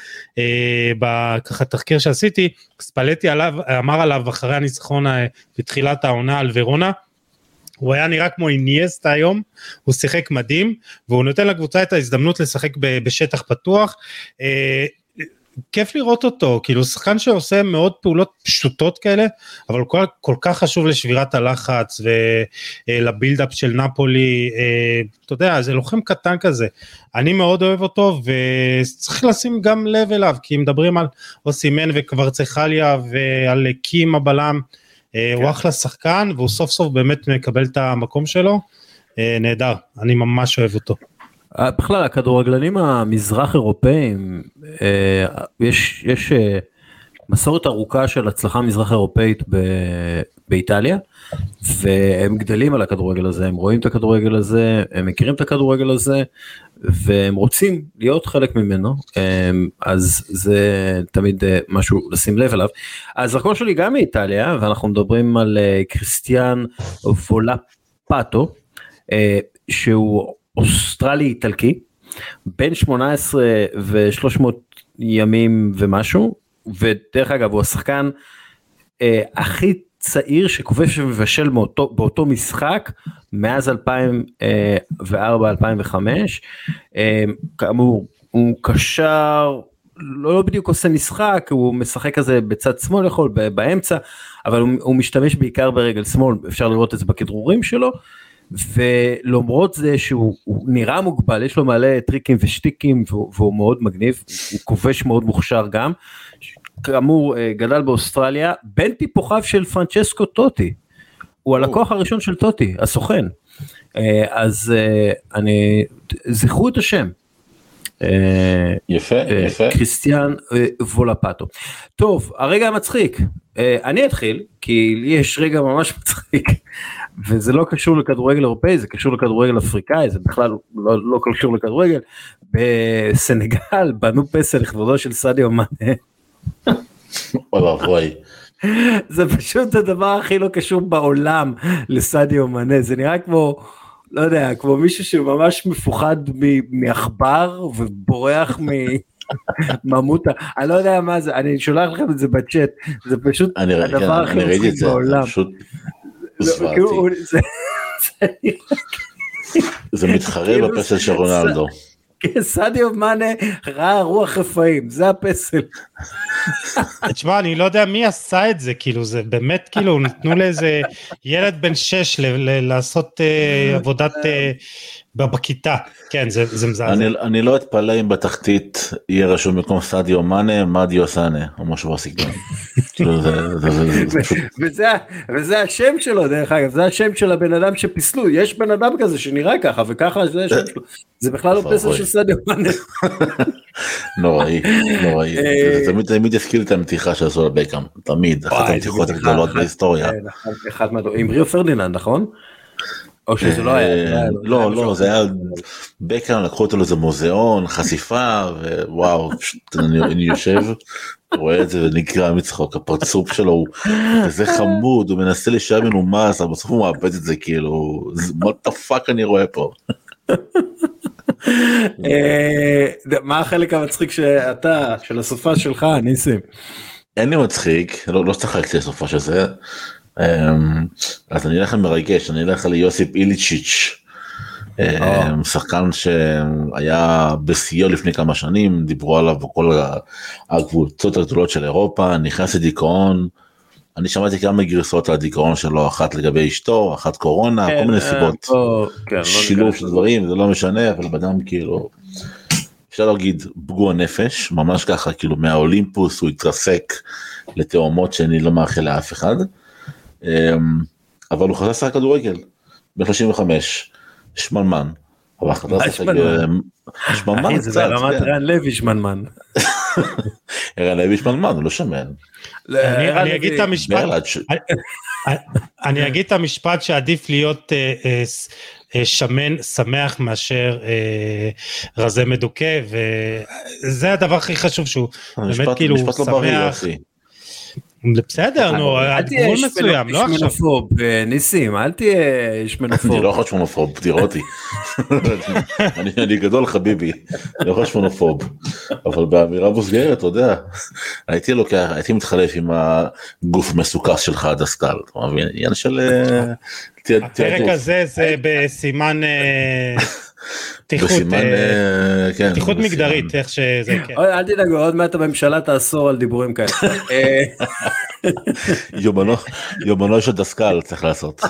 בככה תחקיר שעשיתי, ספלטי אמר עליו אחרי הניצחון בתחילת העונה על ורונה, הוא היה נראה כמו אינייסטה היום, הוא שיחק מדהים, והוא נותן לקבוצה את ההזדמנות לשחק בשטח פתוח, כיף לראות אותו, כאילו שחקן שעושה מאוד פעולות פשוטות כאלה, אבל כל כך חשוב לשבירת הלחץ, ולבילדאפ של נפולי, אתה יודע, זה לוחם קטן כזה, אני מאוד אוהב אותו, וצריך לשים גם לב אליו, כי מדברים על אוסימן וקוורצחליה, ועל קים הבלם, הוא אחלה שחקן, והוא סוף סוף באמת מקבל את המקום שלו, נהדר, אני ממש אוהב אותו. בכלל, הכדורגלנים המזרח אירופאים, יש מסורת ארוכה של הצלחה מזרח אירופאית באיטליה, והם גדלים על הכדורגל הזה, הם רואים את הכדורגל הזה, הם מכירים את הכדורגל הזה, והם רוצים להיות חלק ממנו, אז זה תמיד משהו לשים לב אליו. הזרקור שלי גם מאיטליה, ואנחנו מדברים על קריסטיאן וולאפטו, שהוא אוסטרלי איטלקי, בין 18 ו-300 ימים ומשהו, ודרך אגב הוא השחקן הכי צעיר שכובש ומבשל באותו משחק, מאז 2004-2005, כאמור, הוא קשר, לא בדיוק עושה משחק, הוא משחק כזה בצד שמאל באמצע, אבל הוא משתמש בעיקר ברגל שמאל, אפשר לראות את זה בכדרורים שלו, ולמרות זה שהוא נראה מוגבל, יש לו מלא טריקים ושטיקים, והוא מאוד מגניב, הוא כובש מאוד מוכשר גם, כאמור גדל באוסטרליה, בן טיפוחיו של פרנצ'סקו טוטי, הוא הלקוח הראשון של טוטי, הסוכן, אז זכרו את השם, יפה, יפה. קריסטיאן וולפטו. טוב, הרגע המצחיק, אני אתחיל, כי לי יש רגע ממש מצחיק, וזה לא קשור לכדורגל אירופאי, זה קשור לכדורגל אפריקאי, זה בכלל לא קשור לכדורגל. בסנגל בנו פסל לכבודו של סדיו מאנה. אוי ואבוי. זה פשוט הדבר הכי לא קשור בעולם לסדיו מאנה, זה נראה כמו, לא יודע, כמו מישהו שממש מפוחד מעכבר ובורח ממותה, אני לא יודע מה זה, אני שולח לכם את זה בצ'אט, זה פשוט הדבר הכי מצחיק בעולם. זה מתחרה בפסל של רונלדו. סדיו מאנה ראה רוח רפאים, זה הפסל. תשמע, אני לא יודע מי עשה את זה, כאילו זה באמת כאילו נתנו לאיזה ילד בן 6 לעשות עבודת בכיתה, כן, זה מזעזע. אני לא אתפלא אם בתחתית יהיה רשום במקום סדיו מאנה, מדיו סאנה, או משהו בסגנון. וזה השם שלו דרך אגב, זה השם של הבן אדם שפיסלו, יש בן אדם כזה שנראה ככה וככה, זה השם שלו, זה בכלל לא פסל של סדיו מאנה. נוראי, נוראי, זה תמיד יזכיר את המתיחה שעשו לבקאם, תמיד, אחת המתיחות הגדולות בהיסטוריה. עם ריו פרדיננד, נכון? או שזה לא היה? לא, זה היה, בקאם לקחו אותו לאיזה מוזיאון, חשיפה, ווואו, אני יושב, רואה את זה ונקרא מצחוק, הפרצוף שלו הוא כזה חמוד, הוא מנסה להישאר מנומס, אבל בסוף הוא מאבד את זה כאילו, what the fuck אני רואה פה. מה החלק המצחיק שאתה, של הסופה שלך, ניסים? אין לי מצחיק, לא צחקתי הסופה של זה, אז אני אלך למרגש, אני אלך ליוסיפ איליצ'יץ', שחקן שהיה בשיאו לפני כמה שנים, דיברו עליו בכל הקבוצות הגדולות של אירופה, נכנס לדיכאון, אני שמעתי כמה גרסות על הדיכאון שלו, אחת לגבי אשתו, אחת קורונה, כל מיני סיבות, שילוב של דברים, זה לא משנה, אבל בדם כאילו, אפשר להגיד פגוע נפש, ממש ככה, כאילו מהאולימפוס הוא התרסק לתאומות שאני לא מאחל לאף אחד, אבל הוא חזר לשחק כדורגל, ב-35, שמנמן, אבל חזר לשחק שמנמן קצת, זה ברמת רן לוי שמנמן. רן לוי שמנמן, הוא לא שמן. אני אגיד את המשפט שעדיף להיות שמן שמח מאשר רזה מדוכא, וזה הדבר הכי חשוב שהוא באמת כאילו שמח. בסדר, נו, גבול מסוים, לא עכשיו. ניסים, אל תהיה שמנופוב. אני לא יכול שמנופוב, תראה אותי. אני גדול חביבי, אני לא יכול שמנופוב. אבל באמירה מוסגרת, אתה יודע, הייתי מתחלף עם הגוף מסוכס שלך עד הסקל. עניין של... הפרק הזה זה בסימן... פתיחות מגדרית, איך שזה, כן. אל תדאגו, עוד מעט הממשלה תאסור על דיבורים כאלה. יומנו של דסקל צריך לעשות.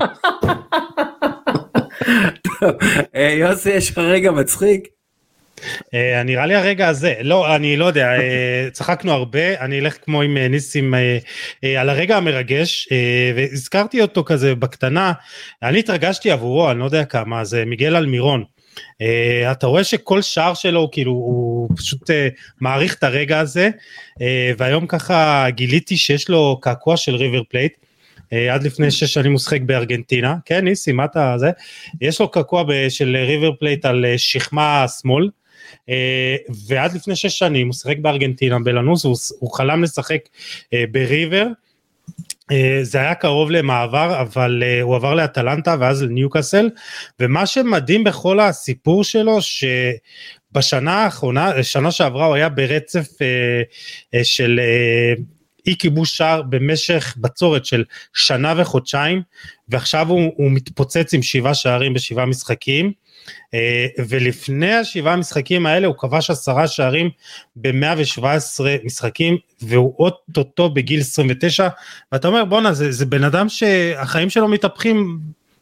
יוסי, יש לך רגע מצחיק? נראה לי הרגע הזה, לא, אני לא יודע, צחקנו הרבה, אני אלך כמו עם ניסים על הרגע המרגש, והזכרתי אותו כזה בקטנה, אני התרגשתי עבורו, אני לא יודע כמה, זה מיגל אלמירון, אתה רואה שכל שער שלו, כאילו, הוא פשוט מעריך את הרגע הזה, והיום ככה גיליתי שיש לו קעקוע של ריבר פלייט, עד לפני 6 שנים הוא שחק בארגנטינה, כן ניסים, מה אתה זה? יש לו קעקוע של ריבר פלייט על שכמה שמאל, ועד לפני 6 שנים הוא שחק בארגנטינה, בלנוס, הוא חלם לשחק בריבר, זה היה קרוב למעבר, אבל הוא עבר לאטלנטה ואז לניוקאסל, ומה שמדהים בכל הסיפור שלו, שבשנה האחרונה, שנה שעברה הוא היה ברצף של אי כיבוש שער במשך בצורת של שנה וחודשיים, ועכשיו הוא מתפוצץ עם 7 שערים ב7 משחקים, ולפני 7 משחקים האלה הוא כבש 10 שערים ב117 משחקים, והוא אוטוטו בגיל 29, ואתה אומר בונה, זה בן אדם שהחיים שלו מתהפכים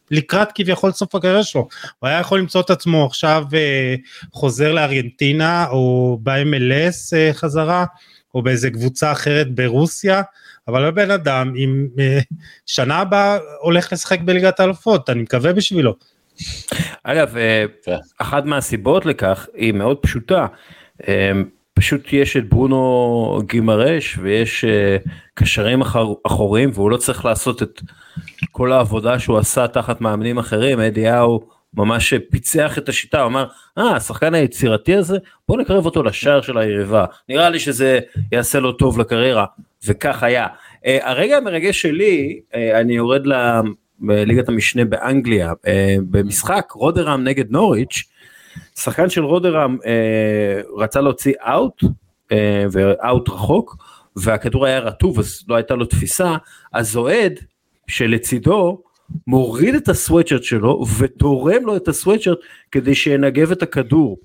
לקראת כביכול סוף הקריירה שלו, הוא היה יכול למצוא את עצמו עכשיו חוזר לארגנטינה, או ב-MLS חזרה, או באיזה קבוצה אחרת ברוסיה, אבל הבן אדם עם שנה הבאה הולך לשחק בליגת האלופות, אני מקווה בשבילו. אגב, אחת מהסיבות לכך היא מאוד פשוטה, פשוט יש את ברונו גימרש ויש קשרים אחוריים, והוא לא צריך לעשות את כל העבודה שהוא עשה תחת מאמנים אחרים. אדיהו ממש פיצח את השיטה, הוא אמר, השחקן היצירתי הזה, בוא נקרב אותו לשער של היריבה, נראה לי שזה יעשה לו טוב לקריירה, וכך היה. הרגע המרגש שלי, אני יורד לליגת המשנה באנגליה, במשחק רודרהאם נגד נוריץ', שחקן של רודרהאם רצה להוציא אאוט, ואאוט רחוק, והכדור היה רטוב, אז לא הייתה לו תפיסה, אז אוהד שלצידו מוריד את הסוואטשרט שלו, ותורם לו את הסוואטשרט, כדי שינגב את הכדור,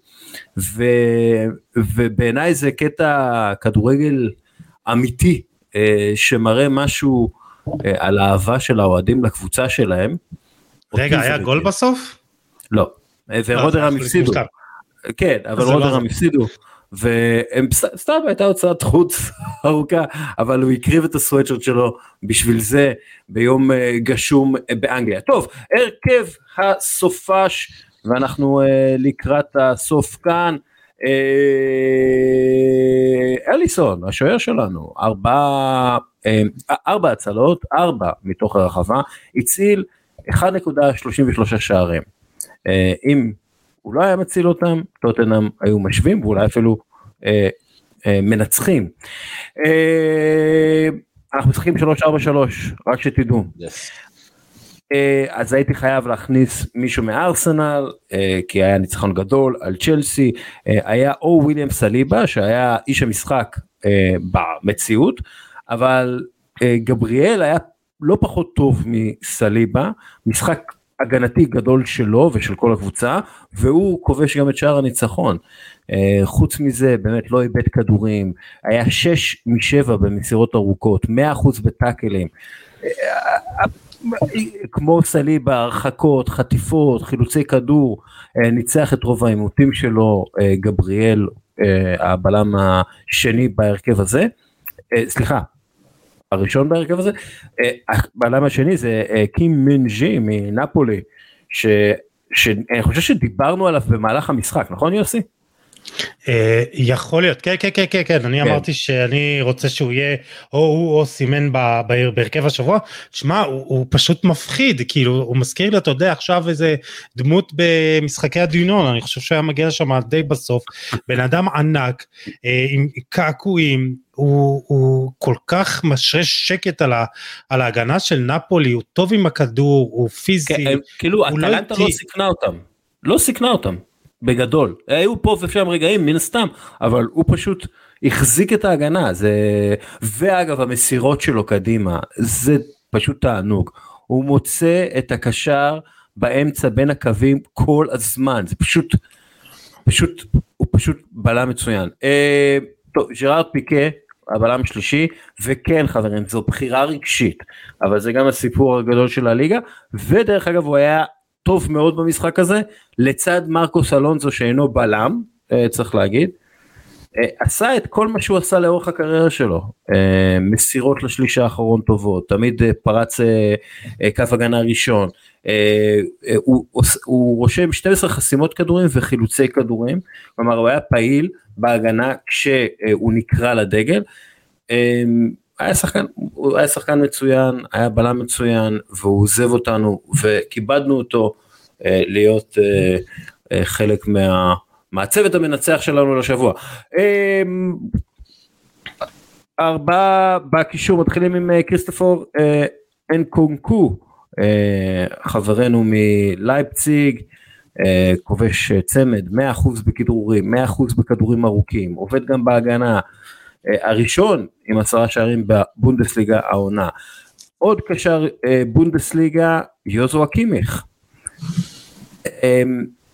ובעיניי זה קטע כדורגל אמיתי, שמראה משהו על האהבה של האוהדים לקבוצה שלהם. רגע, היה גול בסוף? לא. ורודרהאם הפסידו, כן, אבל רודרהאם הפסידו, והם סתם הייתה הוצאת חוץ ארוכה, אבל הוא הקריב את הסוואטשרט שלו בשביל זה ביום גשום באנגליה. טוב, הרכב הסופש, ואנחנו לקראת הסוף כאן, אליסון, השוער שלנו, 4 הצלות, 4 מתוך הרחבה, הציל 1.33 שערים. אם הוא לא היה מציל אותם, טוטנהאם היו משווים, ואולי אפילו מנצחים. אנחנו צריכים 3-4-3, רק שתדעו. אז הייתי חייב להכניס מישהו מארסנל, כי היה ניצחון גדול על צ'לסי, היה או וויליאם סליבה, שהיה איש המשחק במציאות, אבל גבריאל היה לא פחות טוב מסליבה, משחק הגנתי גדול שלו ושל כל הקבוצה, והוא כובש גם את שער הניצחון. חוץ מזה, באמת לא איבד כדורים, היה 6-7 במסירות ארוכות, 100% בטאקלים, כמו סליבה, הרחקות, חטיפות, חילוצי כדור, ניצח את רוב האימותים שלו, גבריאל, הבלם השני בהרכב הזה, סליחה, הראשון בהרכב הזה, הבלם השני זה קים מינג'י מנפולי, שאני חושב שדיברנו עליו במהלך המשחק, נכון יוסי? יכול להיות, כן, אני אמרתי שאני רוצה שהוא יהיה או הוא או סימן בהרכב השבוע. תשמע, הוא פשוט מפחיד, כאילו הוא מזכיר לי, אתה יודע, עכשיו איזה דמות במשחקי הדיונון, אני חושב שהוא היה מגיע שם די בסוף, בן אדם ענק, עם קעקועים, הוא כל כך משרש שקט על ההגנה של נפולי, הוא טוב עם הכדור, הוא פיזי, כאילו אטלנטה לא סיכנה אותם, בגדול, היו פה ושם רגעים מן סתם, אבל הוא פשוט החזיק את ההגנה, ואגב המסירות שלו קדימה, זה פשוט תענוג, הוא מוצא את הקשר באמצע בין הקווים כל הזמן, זה הוא פשוט בלם מצוין. טוב, ג'רארד פיקה, הבלם השלישי, וכן חברים, זו בחירה רגשית, אבל זה גם הסיפור הגדול של הליגה, ודרך אגב הוא היה טוב מאוד במשחק הזה, לצד מרקוס אלונזו שאינו בלם, צריך להגיד, עשה את כל מה שהוא עשה לאורך הקריירה שלו, מסירות לשליש האחרון טובות, תמיד פרץ קו הגנה ראשון, הוא רושם 12 חסימות כדורים וחילוצי כדורים, כלומר הוא היה פעיל בהגנה כשהוא נקרא לדגל, היה שחקן מצוין, היה בלם מצוין, והוא עוזב אותנו, וכיבדנו אותו להיות חלק מהצוות המנצח שלנו לשבוע. 4 בקישור, מתחילים עם כריסטופר אנקונקו, חברנו מלייפציג, כובש צמד, 100% בכדרורים, 100% בכדורים ארוכים, עובד גם בהגנה, הראשון עם 10 שערים בבונדסליגה העונה. עוד קשר בונדסליגה, יוזואה קימיך.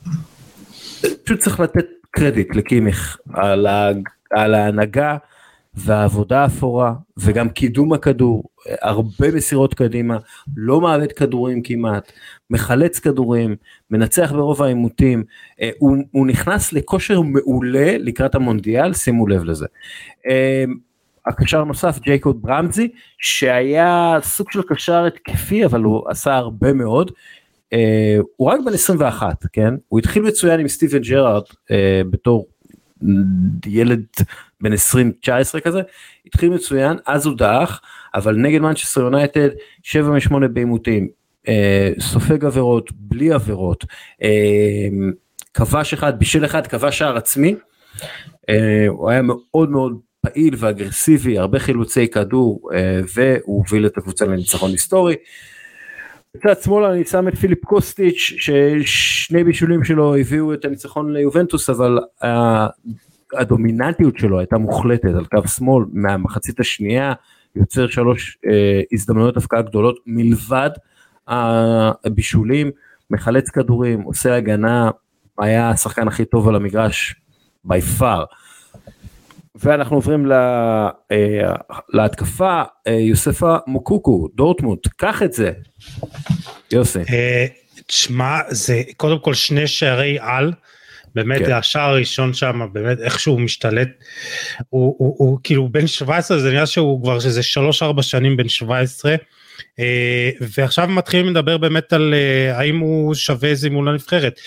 פשוט צריך לתת קרדיט לקימיך על ההנהגה והעבודה האפורה, וגם קידום הכדור, הרבה מסירות קדימה, לא מאבד כדורים כמעט, מחלץ כדורים, מנצח ברוב העימותים, הוא נכנס לכושר מעולה לקראת המונדיאל, שימו לב לזה. הקשר נוסף, ג'ייקוב ברמזי, שהיה סוג של קשר התקפי, אבל הוא עשה הרבה מאוד, הוא רק בן 21, כן? הוא התחיל מצוין עם סטיבן ג'רארד, בתור ילד בן 20-19 כזה, התחיל מצוין, אז הוא דח, אבל נגד מנצ'סטר יונייטד, 7-8 בעימותים, סופג עבירות, בלי עבירות, כבש אחד, בישל אחד, כבש שער עצמי, הוא היה מאוד מאוד פעיל ואגרסיבי, הרבה חילוצי כדור, והוא הוביל את הקבוצה לניצחון היסטורי. בצד שמאל אני שם את פיליפ קוסטיץ', ששני בישולים שלו הביאו את הניצחון ליובנטוס, אבל הדומיננטיות שלו הייתה מוחלטת על קו שמאל, מהמחצית השנייה, יוצר 3 הזדמנויות הפקעה גדולות, מלבד הבישולים, מחלץ כדורים, עושה הגנה, היה השחקן הכי טוב על המגרש, by far. ואנחנו עוברים להתקפה, יוספה מוקוקו, דורטמונד, קח את זה, יוסי. תשמע, זה קודם כל 2 שערי על, באמת השער הראשון שם, באמת איך שהוא משתלט, הוא כאילו בן 17, זה נראה שהוא כבר שזה 3-4 שנים בן 17, ועכשיו מתחילים לדבר באמת על האם הוא שווה זימון לנבחרת,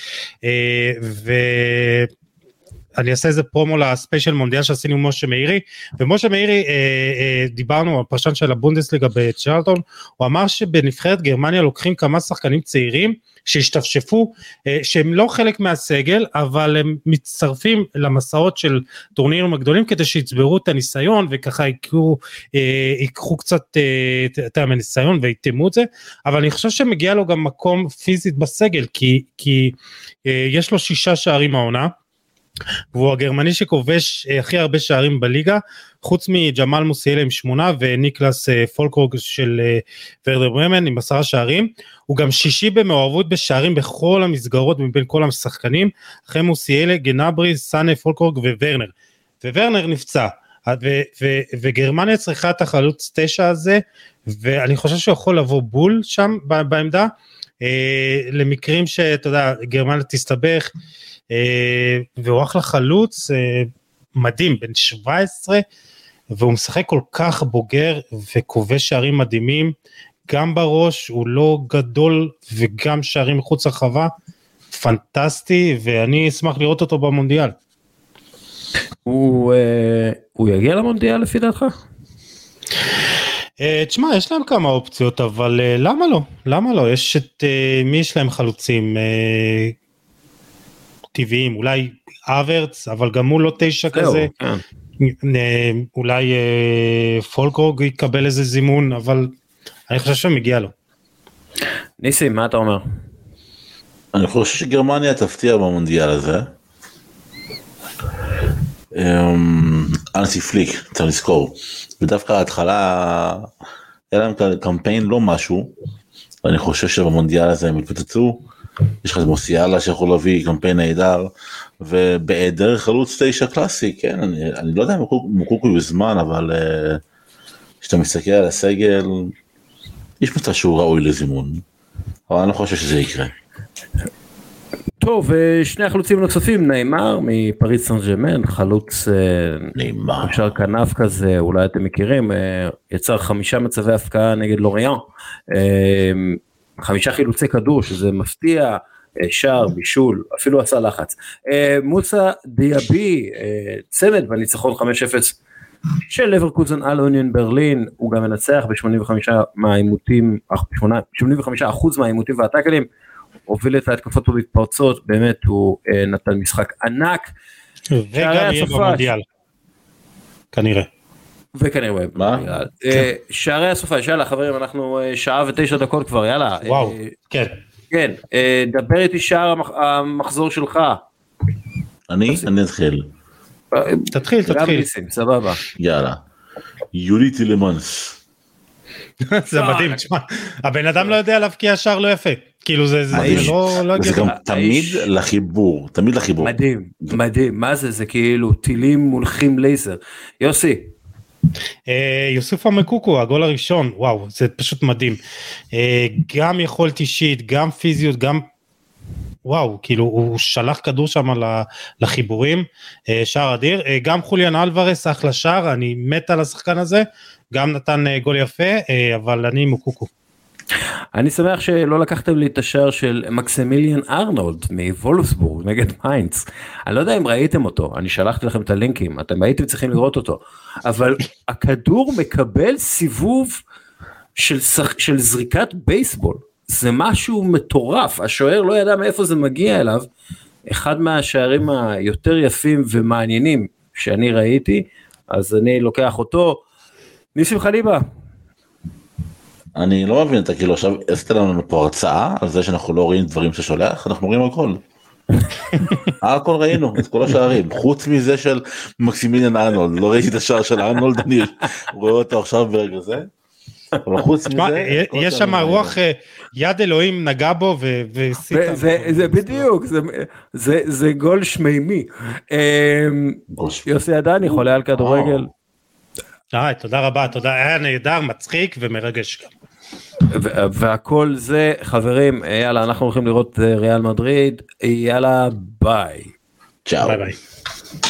אני אעשה איזה פרומו לספיישל מונדיאל שעשינו עם משה מאירי, ומשה מאירי דיברנו, הפרשן של הבונדסליגה בצ'רלטון, הוא אמר שבנבחרת גרמניה לוקחים כמה שחקנים צעירים, שהשתפשפו, שהם לא חלק מהסגל, אבל הם מצטרפים למסעות של טורנירים הגדולים, כדי שיצברו את הניסיון, וככה יקחו קצת את הניסיון, ויתמו את זה, אבל אני חושב שמגיע לו גם מקום פיזית בסגל, כי יש לו 6 שערים העונה, והוא הגרמני שכובש הכי הרבה שערים בליגה, חוץ מג'מאל מוסיאלה עם 8, וניקלס פולקרוג של ורדר ברמן עם 10 שערים, הוא גם 6 במעורבות בשערים בכל המסגרות מבין כל השחקנים, אחרי מוסיאלה, גנברי, סאנה, פולקרוג וורנר נפצע, וגרמניה צריכה את החלוץ 9 הזה, ואני חושב שהוא יכול לבוא בול שם בעמדה, למקרים שאתה יודע, גרמניה תסתבך, והוא אחלה חלוץ, מדהים, בן 17, והוא משחק כל כך בוגר, וכובש שערים מדהימים, גם בראש, הוא לא גדול, וגם שערים מחוץ לחווה, פנטסטי, ואני אשמח לראות אותו במונדיאל. הוא יגיע למונדיאל לפי דעתך? תשמע, יש להם כמה אופציות, אבל למה לא? למה לא? יש את, מי יש להם חלוצים? טבעיים, אולי אברץ, אבל גם הוא לא 9 כזה, אולי פולקרוג יקבל איזה זימון, אבל אני חושב שמגיע לו. ניסים, מה אתה אומר? אני חושב שגרמניה תפתיע במונדיאל הזה, אנסי פליק, צריך לזכור, ודווקא ההתחלה, היה להם קמפיין לא משהו, ואני חושב שבמונדיאל הזה הם התפוצצו, יש לך מוסיאלה שיכול להביא קמפיין נהדר, ובהיעדר חלוץ 9 קלאסי, כן, אני לא יודע אם מוקוקו בזמן, אבל כשאתה מסתכל על הסגל, יש מצב שהוא ראוי לזימון, אבל אני לא חושב שזה יקרה. טוב, ושני החלוצים נוספים, ניימר מפריז סן ז'רמן, חלוץ אפשר כנף כזה, אולי אתם מכירים, יצר 5 מצבי הפקעה נגד לוריאן, 5 חילוצי כדור, שזה מפתיע, שער, בישול, אפילו עשה לחץ. מוסא דיאבי, צמד בניצחון 5-0 של לברקוזן על אוניון ברלין, הוא גם מנצח ב-85% מהעימותים והטאקלים, הוביל את ההתקפות ובהתפרצות, באמת הוא נתן משחק ענק. וגם יהיה במונדיאל, כנראה. וכנראה, שערי הסופה, יאללה חברים, אנחנו 1:09 כבר, יאללה. וואו, כן. כן, דבר איתי שער המחזור שלך. אני אתחיל. תתחיל. סבבה. יאללה. יולי טילמנס. זה מדהים, תשמע, הבן אדם לא יודע להבקיע שער לא יפה, כאילו זה לא... זה גם תמיד לחיבור. מדהים, מה זה כאילו טילים מולכים לייזר. יוסי. יוסופה מקוקו, הגול הראשון, וואו, זה פשוט מדהים. גם יכולת אישית, גם פיזיות, גם, וואו, כאילו הוא שלח כדור שם לחיבורים, שער אדיר. גם חוליאן אלוורס, אחלה שער, אני מת על השחקן הזה, גם נתן גול יפה, אבל אני מקוקו. אני שמח שלא לקחתם לי את השער של מקסימיליאן ארנולד מוולפסבורג נגד מיינץ. אני לא יודע אם ראיתם אותו, אני שלחתי לכם את הלינקים, אתם הייתם צריכים לראות אותו, אבל הכדור מקבל סיבוב של זריקת בייסבול, זה משהו מטורף, השוער לא ידע מאיפה זה מגיע אליו, אחד מהשערים היותר יפים ומעניינים שאני ראיתי, אז אני לוקח אותו. ניסים חליבה. אני לא מבין, אתה כאילו עכשיו עשית לנו פה הרצאה על זה שאנחנו לא רואים דברים ששולח, אנחנו רואים הכל. הכל ראינו, את כל השערים, חוץ מזה של מקסימיליאן ארנולד, לא ראיתי את השער של ארנולד, אני רואה אותו עכשיו ברגע זה. אבל חוץ מזה... יש שם רוח יד אלוהים נגע בו וסיטה. זה בדיוק, זה גול שמימי. יוסי עדני, חולה על כדורגל. תודה רבה, תודה, היה נהדר, מצחיק ומרגש גם. והכל זה, חברים, יאללה, אנחנו הולכים לראות ריאל מדריד, יאללה, ביי. צ'או. ביי ביי.